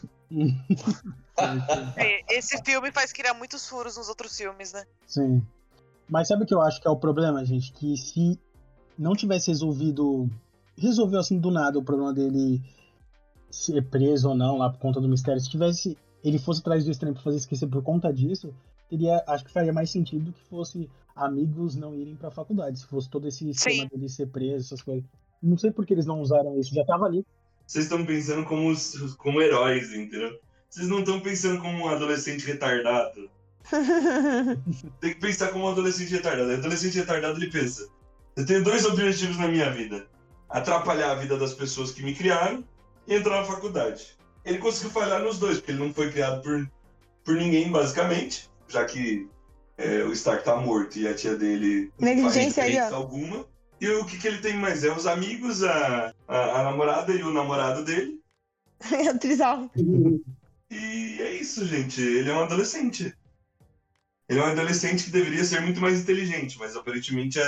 Esse filme faz criar muitos furos nos outros filmes, né? Sim. Mas sabe o que eu acho que é o problema, gente? Que se não tivesse resolveu assim do nada o problema dele ser preso ou não lá por conta do mistério, se ele fosse atrás do Estranho pra fazer esquecer por conta disso, acho que faria mais sentido que fosse amigos não irem pra faculdade, se fosse todo esse esquema dele ser preso, essas coisas. Não sei por que eles não usaram isso, já tava ali. Vocês estão pensando como heróis, entendeu? Vocês não estão pensando como um adolescente retardado. Tem que pensar como um adolescente retardado. O adolescente retardado, ele pensa: eu tenho 2 objetivos na minha vida: atrapalhar a vida das pessoas que me criaram e entrar na faculdade. Ele conseguiu falhar nos 2, porque ele não foi criado por ninguém, basicamente, já que o Stark tá morto e a tia dele não faz Negligência aí, diferença ó. alguma. E o que ele tem mais? Os amigos, a namorada e o namorado dele. É o trisal. E é isso, gente. Ele é um adolescente. Ele é um adolescente que deveria ser muito mais inteligente, mas aparentemente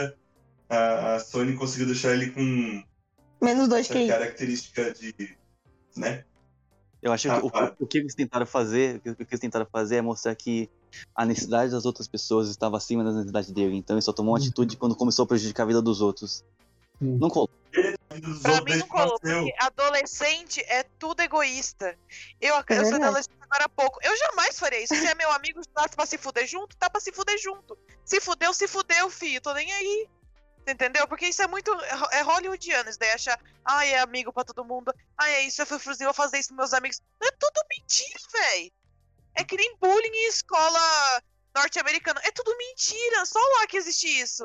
a Sony conseguiu deixar ele com Menos 2 essa QI. característica de... né? Eu acho que o que eles tentaram fazer, é mostrar que a necessidade das outras pessoas estava acima da necessidade dele. Então ele só tomou uma atitude quando começou a prejudicar a vida dos outros. Não colou. Pra mim não colou, porque adolescente é tudo egoísta. Eu sou adolescente agora há pouco. Eu jamais faria isso. Se é meu amigo, tá pra se fuder junto, tá pra se fuder junto. Se fudeu, filho. Tô nem aí. Entendeu? Porque isso é muito... É hollywoodiano isso daí, achar... é amigo pra todo mundo. É isso, eu fui fruzinho, vou fazer isso com meus amigos. É tudo mentira, véi. É que nem bullying em escola norte-americana. É tudo mentira. Só lá que existe isso.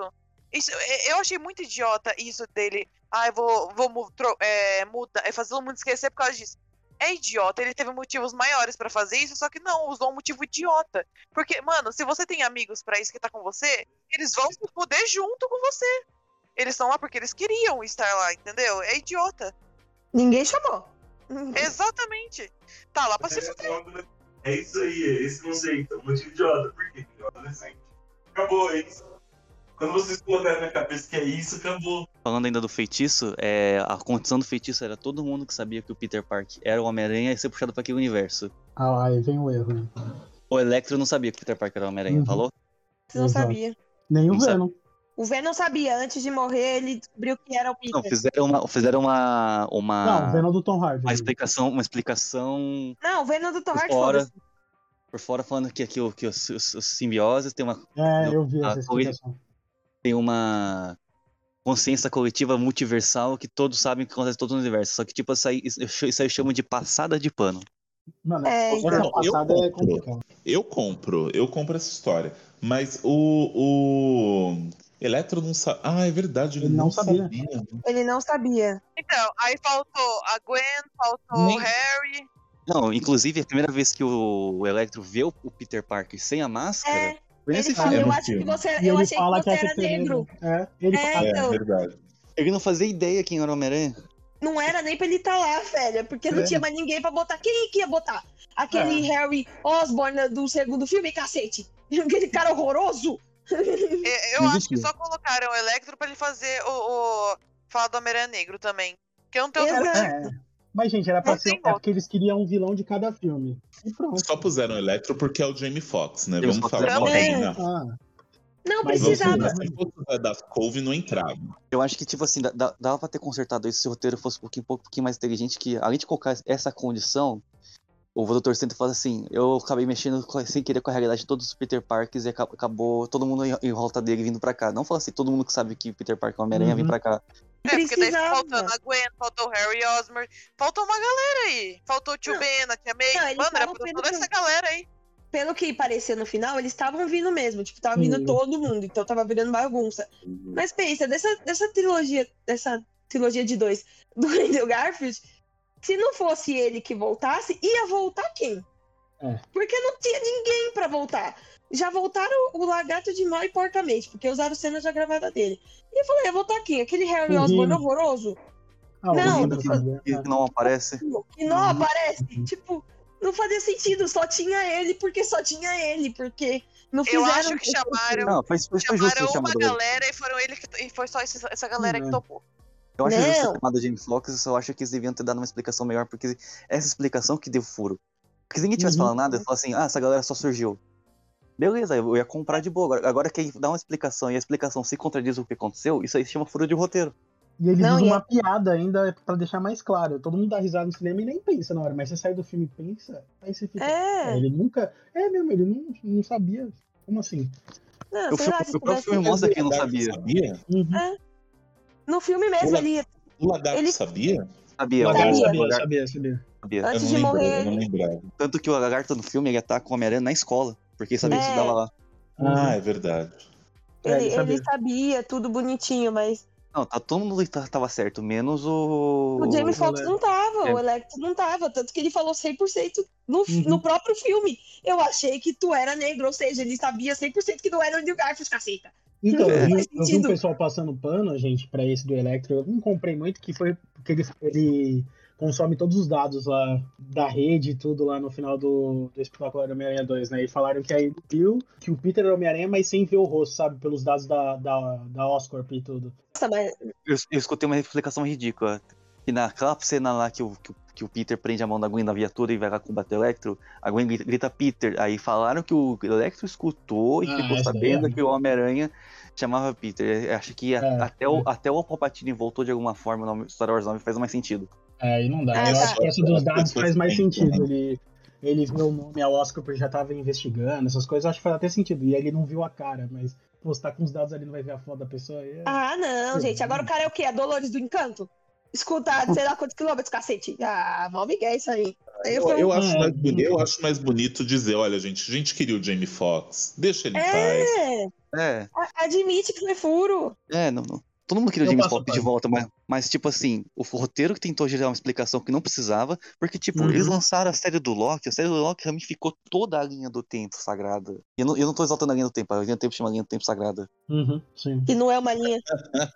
Eu achei muito idiota isso dele. Eu vou mudar, fazer todo mundo esquecer por causa disso. É idiota, ele teve motivos maiores pra fazer isso, só que não, usou um motivo idiota. Porque, mano, se você tem amigos pra isso que tá com você, eles vão se fuder junto com você. Eles estão lá porque eles queriam estar lá, entendeu? É idiota. Ninguém chamou. Exatamente. Tá lá pra se fuder. É isso aí, é esse conceito. Um motivo idiota. Por quê? Porque é um adolescente. Acabou, é isso. Quando vocês colocarem na cabeça que é isso, acabou. Falando ainda do feitiço, a condição do feitiço era todo mundo que sabia que o Peter Parker era o Homem-Aranha e ser puxado pra aquele universo. Aí vem o erro, né? O Electro não sabia que o Peter Parker era o Homem-Aranha, falou? Você não sabia. Nem o Não Venom. O Venom sabia. Antes de morrer, ele descobriu que era o Peter. Não, fizeram uma Não, o Venom do Tom Hardy. uma explicação Não, o Venom do Tom Hardy, fora, foda-se. por fora, falando que os simbioses têm uma... Eu vi essa explicação. Tem uma consciência coletiva multiversal que todos sabem que acontece em todo o universo. Só que, tipo, isso aí eu chamo de passada de pano. Mano, essa passada é complicada. Eu compro essa história. Mas o Electro não sabe. É verdade, ele não sabia. Ele não sabia. Então, aí faltou a Gwen, faltou o Harry. Não, inclusive, a primeira vez que o Electro vê o Peter Parker sem a máscara... Ele fala, eu achei que você era negro. Ele É verdade. Ele não fazia ideia quem era o Homem-Aranha. não era nem pra ele estar lá, velho. Porque não tinha mais ninguém pra botar. Quem que ia botar? Aquele Harry Osborn do segundo filme, cacete. Aquele cara horroroso. Eu acho que só colocaram o Electro pra ele fazer falar do Homem-Aranha Negro também. Que eu não tenho dúvida. Mas, gente, era pra ser. É porque eles queriam um vilão de cada filme. E pronto. Só puseram o Electro porque é o Jamie Foxx, né? Jamie Vamos Foxx falar. Não Mas precisava. Se fosse da Cove, não entrava. Eu acho que, tipo assim, dava pra ter consertado isso se o roteiro fosse um pouquinho mais inteligente, que além de colocar essa condição, o Dr. Stone fala assim, eu acabei mexendo sem querer com a realidade de todos os Peter Parkers e acabou todo mundo em volta dele vindo pra cá. Não fala assim, todo mundo que sabe que Peter Parker é o Homem-Aranha vem pra cá. Porque daí faltando a Gwen, faltou o Harry Osborn, faltou uma galera aí. Faltou o Tio Ben, a Tia May, mano, era pra toda essa galera aí. Pelo que pareceu no final, eles estavam vindo mesmo. Tipo, tava vindo todo mundo. Então tava virando bagunça. Mas pensa, dessa trilogia de 2 do Andrew Garfield, se não fosse ele que voltasse, ia voltar quem? Porque não tinha ninguém pra voltar. Já voltaram o Lagarto de Nó e Porcamente, porque usaram cena já gravada dele. E eu falei, ia voltar quem? Aquele Harry Osborn horroroso? Que não aparece. Que não aparece. Tipo, não fazia sentido, só tinha ele, porque não fizeram... Eu acho que chamaram, não, foi chamaram uma galera e foi só essa galera que topou. Eu acho justo a chamada Jamie Foxx, eu só acho que eles deviam ter dado uma explicação melhor, porque essa explicação que deu furo. Porque se ninguém tivesse falando nada, eu falo assim, essa galera só surgiu. Beleza, eu ia comprar de boa. Agora quem dá uma explicação e a explicação se contradiz o que aconteceu, isso aí se chama furo de roteiro. E eles usam uma piada ainda pra deixar mais claro. Todo mundo dá risada no cinema e nem pensa na hora, mas você sai do filme e pensa, aí você fica... Ele nunca... ele não sabia. Como assim? Não, o filme mostra que ele não sabia. No filme mesmo, O Lagarto sabia? Sabia. Antes de morrer. Eu não lembrava. Tanto que o Lagarto no filme, ele ataca o Homem-Aranha na escola, porque ele sabia que estudava lá. Ah, é verdade. Ele sabia, tudo bonitinho, mas... Não, todo mundo tava certo, menos o... O Jamie Foxx não tava, o Electro não tava, tanto que ele falou 100% no próprio filme. Eu achei que tu era negro, ou seja, ele sabia 100% que não era o Andrew Garfield, caceta. Então, eu vi um pessoal passando pano, gente, pra esse do Electro. Eu não comprei muito, que foi porque ele consome todos os dados lá da rede e tudo lá no final do Espetacular Homem-Aranha 2, né? E falaram que aí viu que o Peter era Homem-Aranha, mas sem ver o rosto, sabe? Pelos dados da Oscorp e tudo. Nossa, mas... eu escutei uma explicação ridícula. E naquela cena lá que o Peter prende a mão da Gwen na viatura e vai lá combater o Electro, a Gwen grita Peter. Aí falaram que o Electro escutou e ficou sabendo que o Homem-Aranha chamava Peter. Eu acho que até o Palpatine voltou de alguma forma no Star Wars 9 faz mais sentido. Aí não dá. Eu acho que essa dos dados faz mais sentido. Ele viu o nome, a Oscar, porque já tava investigando, essas coisas, acho que faz até sentido. E aí ele não viu a cara, mas pô, você tá com os dados ali, não vai ver a foto da pessoa aí. Não, gente. Agora o cara é o quê? A Dolores do Encanto? Escuta, sei lá quantos quilômetros, cacete. Mal migué isso aí. Eu acho mais bonito dizer, olha, a gente queria o Jamie Foxx, deixa ele em paz. Admite que foi furo. Não. Todo mundo queria o James Fox de volta, mas tipo assim, o roteiro que tentou gerar uma explicação que não precisava, porque tipo, eles lançaram a série do Loki ramificou toda a linha do tempo sagrada. E eu não tô exaltando a linha do tempo, a linha do tempo chama linha do tempo sagrada. Sim. Que não é uma linha.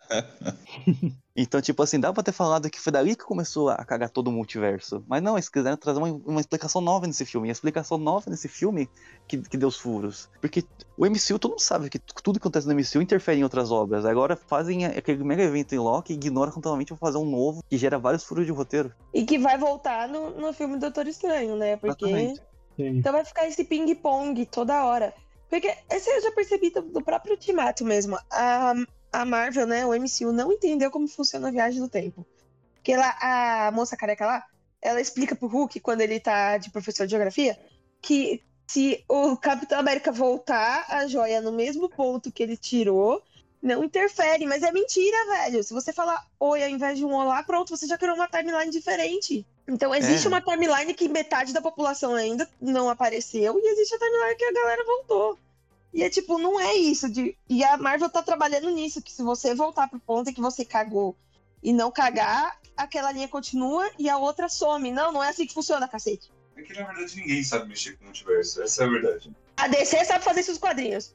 Então, tipo assim, dá pra ter falado que foi dali que começou a cagar todo o multiverso. Mas não, eles quiseram trazer uma explicação nova nesse filme. E a explicação nova nesse filme que deu os furos. Porque o MCU, todo mundo sabe que tudo que acontece no MCU interfere em outras obras. Agora fazem aquele mega evento em Loki e ignoram completamente pra fazer um novo que gera vários furos de roteiro. E que vai voltar no filme Doutor Estranho, né? Porque então vai ficar esse ping-pong toda hora. Porque esse eu já percebi do próprio Ultimato mesmo. A Marvel, né, o MCU, não entendeu como funciona a viagem no tempo. Porque a moça careca lá, ela explica pro Hulk, quando ele tá de professor de geografia, que se o Capitão América voltar a joia no mesmo ponto que ele tirou, não interfere. Mas é mentira, velho. Se você falar oi ao invés de um olá, pronto, você já criou uma timeline diferente. Então existe uma timeline que metade da população ainda não apareceu, e existe a timeline que a galera voltou. E é tipo, não é isso. E a Marvel tá trabalhando nisso, que se você voltar pro ponto em que você cagou e não cagar, aquela linha continua e a outra some. Não é assim que funciona, cacete. É que na verdade ninguém sabe mexer com o multiverso, essa é a verdade. A DC sabe fazer isso nos quadrinhos.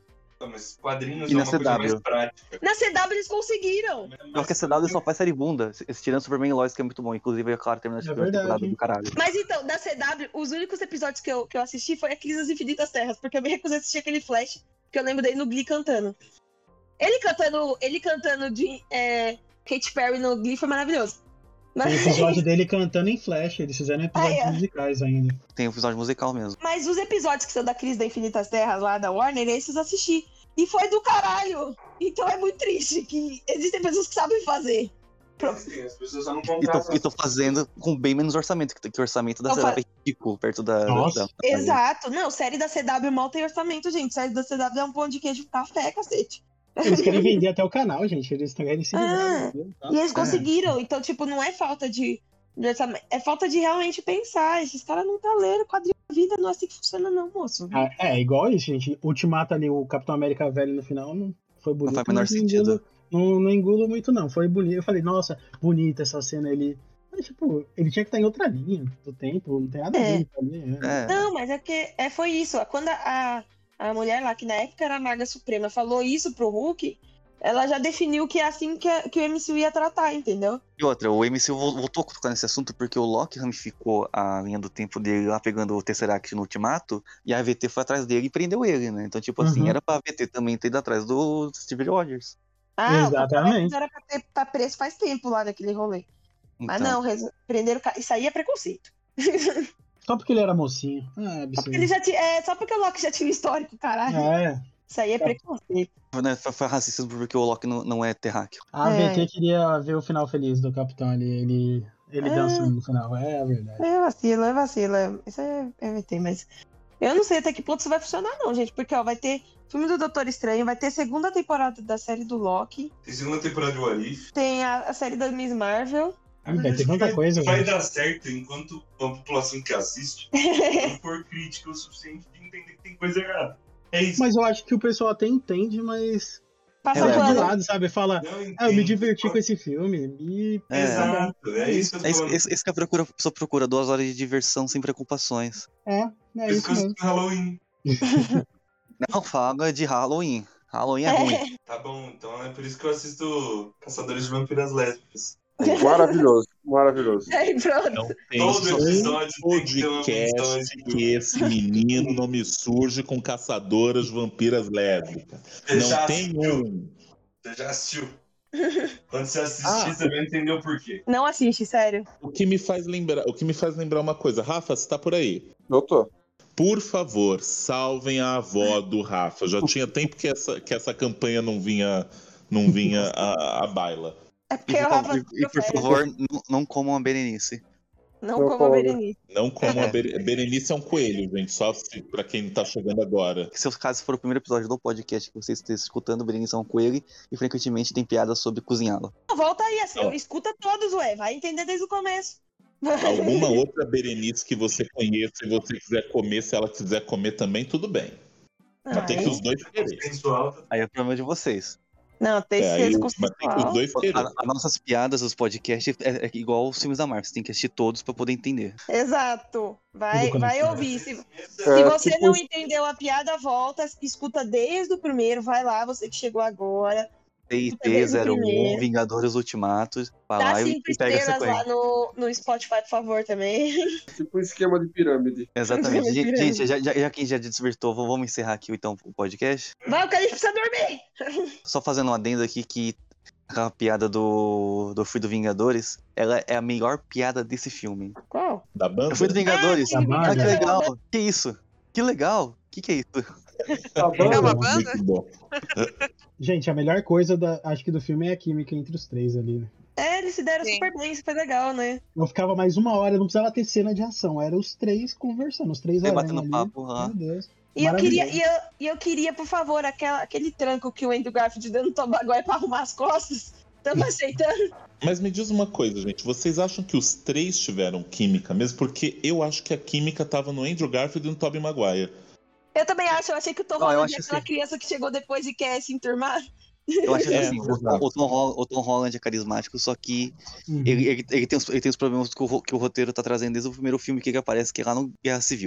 Mas quadrinhos E é na uma coisa mais CW? prática. Na CW eles conseguiram. Só que a CW só faz série bunda. Tirando Superman e Lois, que é muito bom. Inclusive, é claro, terminou a segunda temporada do caralho. Mas então, da CW, os únicos episódios que eu assisti foi a Crise das Infinitas Terras, porque eu me recusei a assistir aquele Flash, que eu lembro dele no Glee cantando. Ele cantando de Katy Perry no Glee foi maravilhoso. Tem episódio dele cantando em Flash, eles fizeram episódios musicais ainda. Tem um episódio musical mesmo. Mas os episódios que são da Crise das Infinitas Terras lá da Warner, esses eu assisti. E foi do caralho. Então é muito triste que existem pessoas que sabem fazer. Sim, as pessoas só não E tô fazendo com bem menos orçamento, que o orçamento da CW é ridículo, perto da... Exato. Não, série da CW mal tem orçamento, gente. Série da CW é um pão de queijo café, cacete. Eles querem vender até o canal, gente. Eles querem se livrar. E eles conseguiram. Então, tipo, não é falta de orçamento. É falta de realmente pensar. Esses caras não tá lendo quadrinho da vida. Não é assim que funciona, não, moço. É igual isso, gente. Ultimato ali, o Capitão América velho no final, não foi bonito. Não faz o menor sentido. Não engulo muito, não. Foi bonito. Eu falei, nossa, bonita essa cena ali. Mas, tipo, ele tinha que estar em outra linha do tempo. Não tem nada a ver também. Não, mas é que foi isso. Quando a mulher lá, que na época era a Maga Suprema, falou isso pro Hulk, ela já definiu que é assim que o MCU ia tratar, entendeu? E outra, o MCU voltou a tocar nesse assunto porque o Loki ramificou a linha do tempo dele lá pegando o Tesseract no Ultimato, e a AVT foi atrás dele e prendeu ele, né? Então, tipo assim, era pra AVT também ter ido atrás do Steve Rogers. Exatamente. Era pra ter preso faz tempo lá naquele rolê. Então. Mas não, prenderam o cara. Isso aí é preconceito. Só porque ele era mocinho. Só porque, só porque o Loki já tinha um histórico, caralho. Isso aí é preconceito. Foi racismo porque o Loki não é terráqueo. A AVT queria ver o final feliz do Capitão ali. Ele dançando no final. É a verdade. É vacilo. Isso é AVT, mas eu não sei até que ponto isso vai funcionar, não, gente. Porque, ó, vai ter filme do Doutor Estranho, vai ter segunda temporada da série do Loki. Tem segunda temporada de What If. Tem a série da Miss Marvel. Vai ter tanta coisa, vai dar certo enquanto a população que assiste não for crítica o suficiente de entender que tem coisa errada. É isso. Mas eu acho que o pessoal até entende, mas passa de lado, sabe? Fala, eu me diverti com esse filme. Exato, é isso que eu tô falando. Esse que a pessoa procura 2 horas de diversão sem preocupações. É isso mesmo. Halloween. Não, fala de Halloween. Halloween é ruim. Tá bom, então é por isso que eu assisto Caçadores de Vampiras Lésbicas. Maravilhoso. Aí, pronto. Não tem Todo episódio podcast que esse menino não me surge com caçadoras vampiras lésbicas. Não tem um. Você já assistiu. Quando você assistir, você vai entender o porquê. Não assiste, sério. O que me faz lembrar uma coisa. Rafa, você tá por aí? Eu tô. Por favor, salvem a avó do Rafa. Já tinha tempo que essa campanha não vinha à baila. É porque o Rafa... E por favor, não comam a Berenice. Não comam a Berenice. Não comam a Berenice é um coelho, gente. Só pra quem tá chegando agora. Se o caso for o primeiro episódio do podcast que vocês estão escutando, Berenice é um coelho e frequentemente tem piadas sobre cozinhá-la. Volta aí, assim, escuta todos, ué. Vai entender desde o começo. Alguma outra Berenice que você conheça e você quiser comer, se ela quiser comer também, tudo bem. Mas tem que os dois quererem. Aí é o problema de vocês. Não, tem que ser consensual. As nossas piadas, os podcasts, é igual os filmes da Marvel. Você tem que assistir todos pra poder entender. Exato. Vai ouvir. Se você não entendeu a piada, volta, escuta desde o primeiro. Vai lá, você que chegou agora. TIT01, Vingadores Ultimatos. Vai Dá lá e pega essa coisa. lá no Spotify, por favor, também. Tipo um esquema de pirâmide. Exatamente. Gente, já que já desvirtou, vamos encerrar aqui então o podcast. Vai, o cara precisa dormir. Só fazendo um adendo aqui que aquela piada do Fui do Vingadores, ela é a melhor piada desse filme. Qual? Da banda? Eu fui do Vingadores. Da banda. Ah, que legal. Que isso? Que legal. Que é isso? É uma banda? Muito bom. Gente, a melhor coisa acho que do filme é a química entre os três ali, né? Eles se deram super bem, isso foi legal, né? Eu ficava mais 1 hora, não precisava ter cena de ação, era os três conversando, os três batendo ali. papo lá. Meu Deus. E eu queria, por favor, aquele tranco que o Andrew Garfield deu no Tom Maguire pra arrumar as costas. Tamo aceitando. Mas me diz uma coisa, gente. Vocês acham que os três tiveram química mesmo? Porque eu acho que a química tava no Andrew Garfield e no Tobey Maguire. Eu também acho. Eu achei que o Tom Holland é aquela criança que chegou depois e quer se enturmar. Eu acho que assim, o Tom Holland é carismático, só que ele tem os problemas que o roteiro tá trazendo desde o primeiro filme que ele aparece, que é lá no Guerra Civil.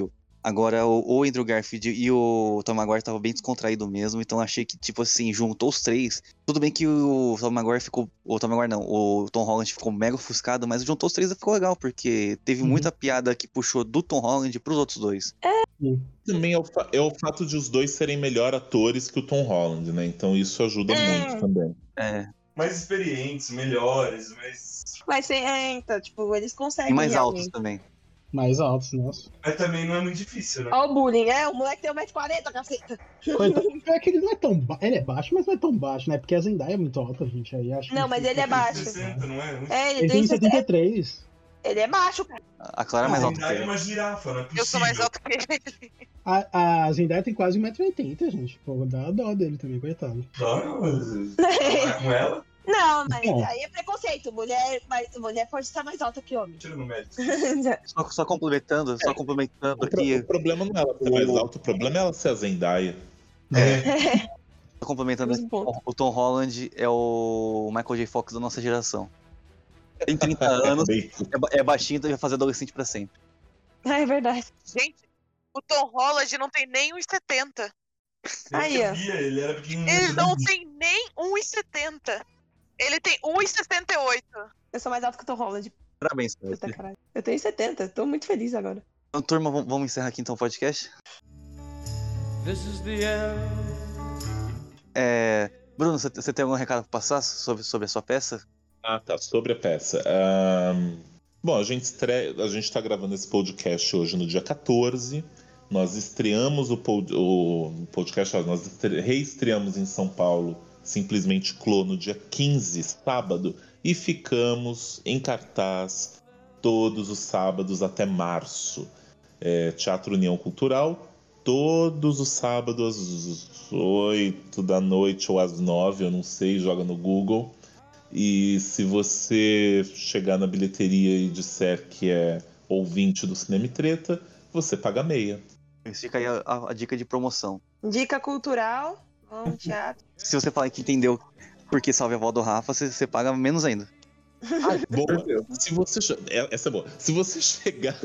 Agora, o Andrew Garfield e o Tom Maguire estavam bem descontraídos mesmo, então achei que, tipo assim, juntou os três. Tudo bem que o Tom Maguire ficou... O Tom Maguire não, o Tom Holland ficou mega ofuscado, mas juntou os três e ficou legal, porque teve muita piada que puxou do Tom Holland pros outros dois. Também é o fato de os dois serem melhor atores que o Tom Holland, né? Então isso ajuda muito também. Mais experientes, melhores, mais... Mas então, tipo, eles conseguem. E mais realmente. altos também. Mais altos, nossa. Mas também não é muito difícil, né? Olha o bullying, o moleque tem 1,40m, caceta. Coitado, é que ele não é tão baixo. Ele é baixo, mas não é tão baixo, né? Porque a Zendaya é muito alta, gente. Aí acho Não, mas ele é baixo. 60, não é? Ele tem tem 73. Ele é baixo, cara. A Clara é mais alta que Zendaya é ele. uma girafa, não é possível. Eu sou mais alto que ele. A Zendaya tem quase 1,80m, gente. Pô, dá dó dele também, coitado. Claro, mas... com ela? Não, mas aí é preconceito. Mulher pode estar mais alta que homem. Tira no mérito. Só complementando aqui. O problema não é ela ser mais alto, o problema é ela ser a Zendaya. Só complementando aqui, o Tom Holland é o Michael J. Fox da nossa geração. Tem 30 anos, é baixinho, então vai fazer adolescente pra sempre. É verdade. Gente, o Tom Holland não tem nem 1,70. Aí, ó. Ele era pequenininho. Ele não tem nem 1,70. Ele tem 1,78. Eu sou mais alto que o Tom Holland. Parabéns, cara. Puta caralho. Eu tenho 70, tô muito feliz agora. Então, turma, vamos encerrar aqui então o podcast? This is the end. Bruno, você tem algum recado pra passar sobre a sua peça? Ah, tá. Sobre a peça. Bom, a gente tá gravando esse podcast hoje no dia 14. Nós estreamos o podcast, nós reestreamos em São Paulo, simplesmente Clô, no dia 15, sábado, e ficamos em cartaz todos os sábados até março. Teatro União Cultural, todos os sábados às 8 da noite ou às 9, eu não sei, joga no Google. E se você chegar na bilheteria e disser que é ouvinte do Cinema e Treta, você paga meia. Fica aí a dica de promoção. Dica cultural, bom teatro. Se você falar que entendeu por que Salve a Vó do Rafa, você paga menos ainda. Boa. Essa é boa. Se você chegar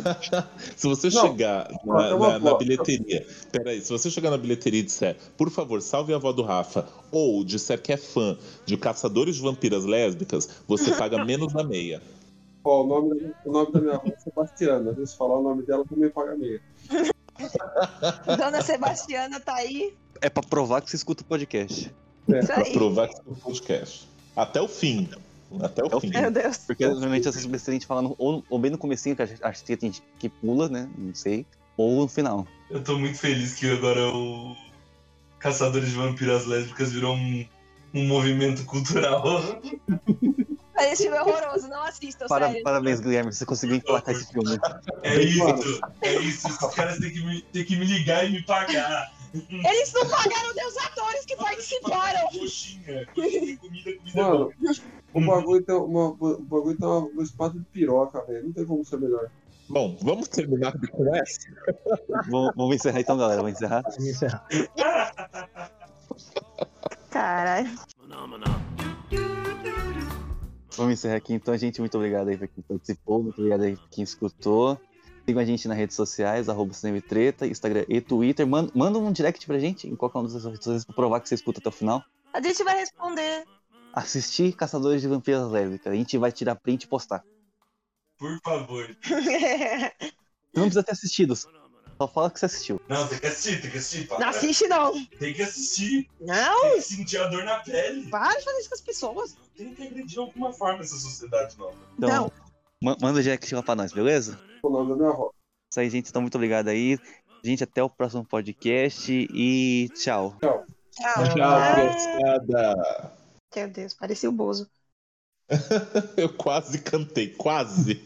na bilheteria, peraí, se você chegar na bilheteria e disser, por favor, salve a avó do Rafa, ou disser que é fã de Caçadores de Vampiras Lésbicas, você paga menos da meia. Ó, o nome da minha avó é Sebastiana. Se falar o nome dela, também paga meia. Dona Sebastiana tá aí. É pra provar que você escuta o podcast. Pra provar que você escuta o podcast. Até o fim. Meu Deus. Porque normalmente essas besteiras a gente fala ou bem no comecinho, que acho que tem gente que pula, né? Não sei. Ou no final. Eu tô muito feliz que agora o Caçadores de Vampiras Lésbicas virou um movimento cultural. Esse filme é horroroso, não assistam, sério. Parabéns, Guilherme, você conseguiu emplacar esse filme. É isso. Os caras têm que me ligar e me pagar. Eles não pagaram os atores que participaram. Coxinha, comida Mano, o bagulho tem uma espada de piroca, velho. Não tem como ser melhor. Bom, vamos terminar com essa? Vamos encerrar então, galera. Vamos encerrar? Vamos encerrar. Caralho. Vamos encerrar aqui então, gente. Muito obrigado aí pra quem participou. Muito obrigado aí pra quem escutou. Sigam a gente nas redes sociais, @cinematreta, Instagram e Twitter. Manda um direct pra gente em qualquer uma dessas redes sociais pra provar que você escuta até o final. A gente vai responder. Assistir Caçadores de Vampiras Lésbicas. A gente vai tirar print e postar. Por favor. Você não precisa ter assistido. Só fala que você assistiu. Não, tem que assistir. Não assiste, não. Tem que assistir. Não. Tem que sentir a dor na pele. Para de fazer isso com as pessoas. Tem que agredir de alguma forma essa sociedade nova. Então, manda o direct lá pra nós, beleza? O nome da minha avó. Isso aí, gente. Então, muito obrigado aí. Gente, até o próximo podcast e tchau. Tchau, criançada. Meu Deus, parecia o Bozo. Eu quase cantei, quase.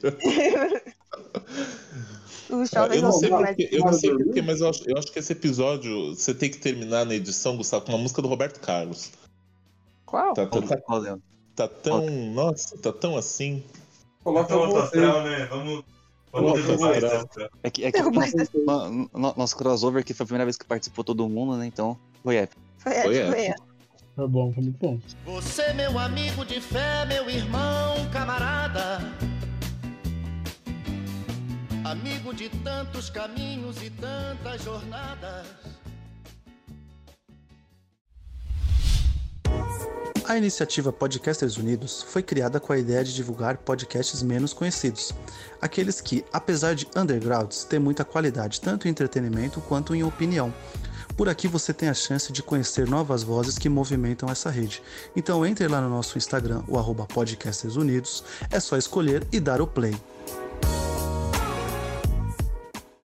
Eu não sei porquê, mas eu acho que esse episódio você tem que terminar na edição, Gustavo, com uma música do Roberto Carlos. Qual? Tá tão. Nossa, tá tão assim. Coloca o astral, né? Vamos derrubar esse astral. É que nosso crossover aqui foi a primeira vez que participou todo mundo, né? Então, foi épico. Foi épico. Foi bom, foi muito bom. Você, meu amigo de fé, meu irmão, camarada. amigo de tantos caminhos e tantas jornadas. A iniciativa Podcasters Unidos foi criada com a ideia de divulgar podcasts menos conhecidos, aqueles que, apesar de undergrounds, têm muita qualidade tanto em entretenimento quanto em opinião. Por aqui você tem a chance de conhecer novas vozes que movimentam essa rede. Então entre lá no nosso Instagram, o @podcastersunidos, é só escolher e dar o play.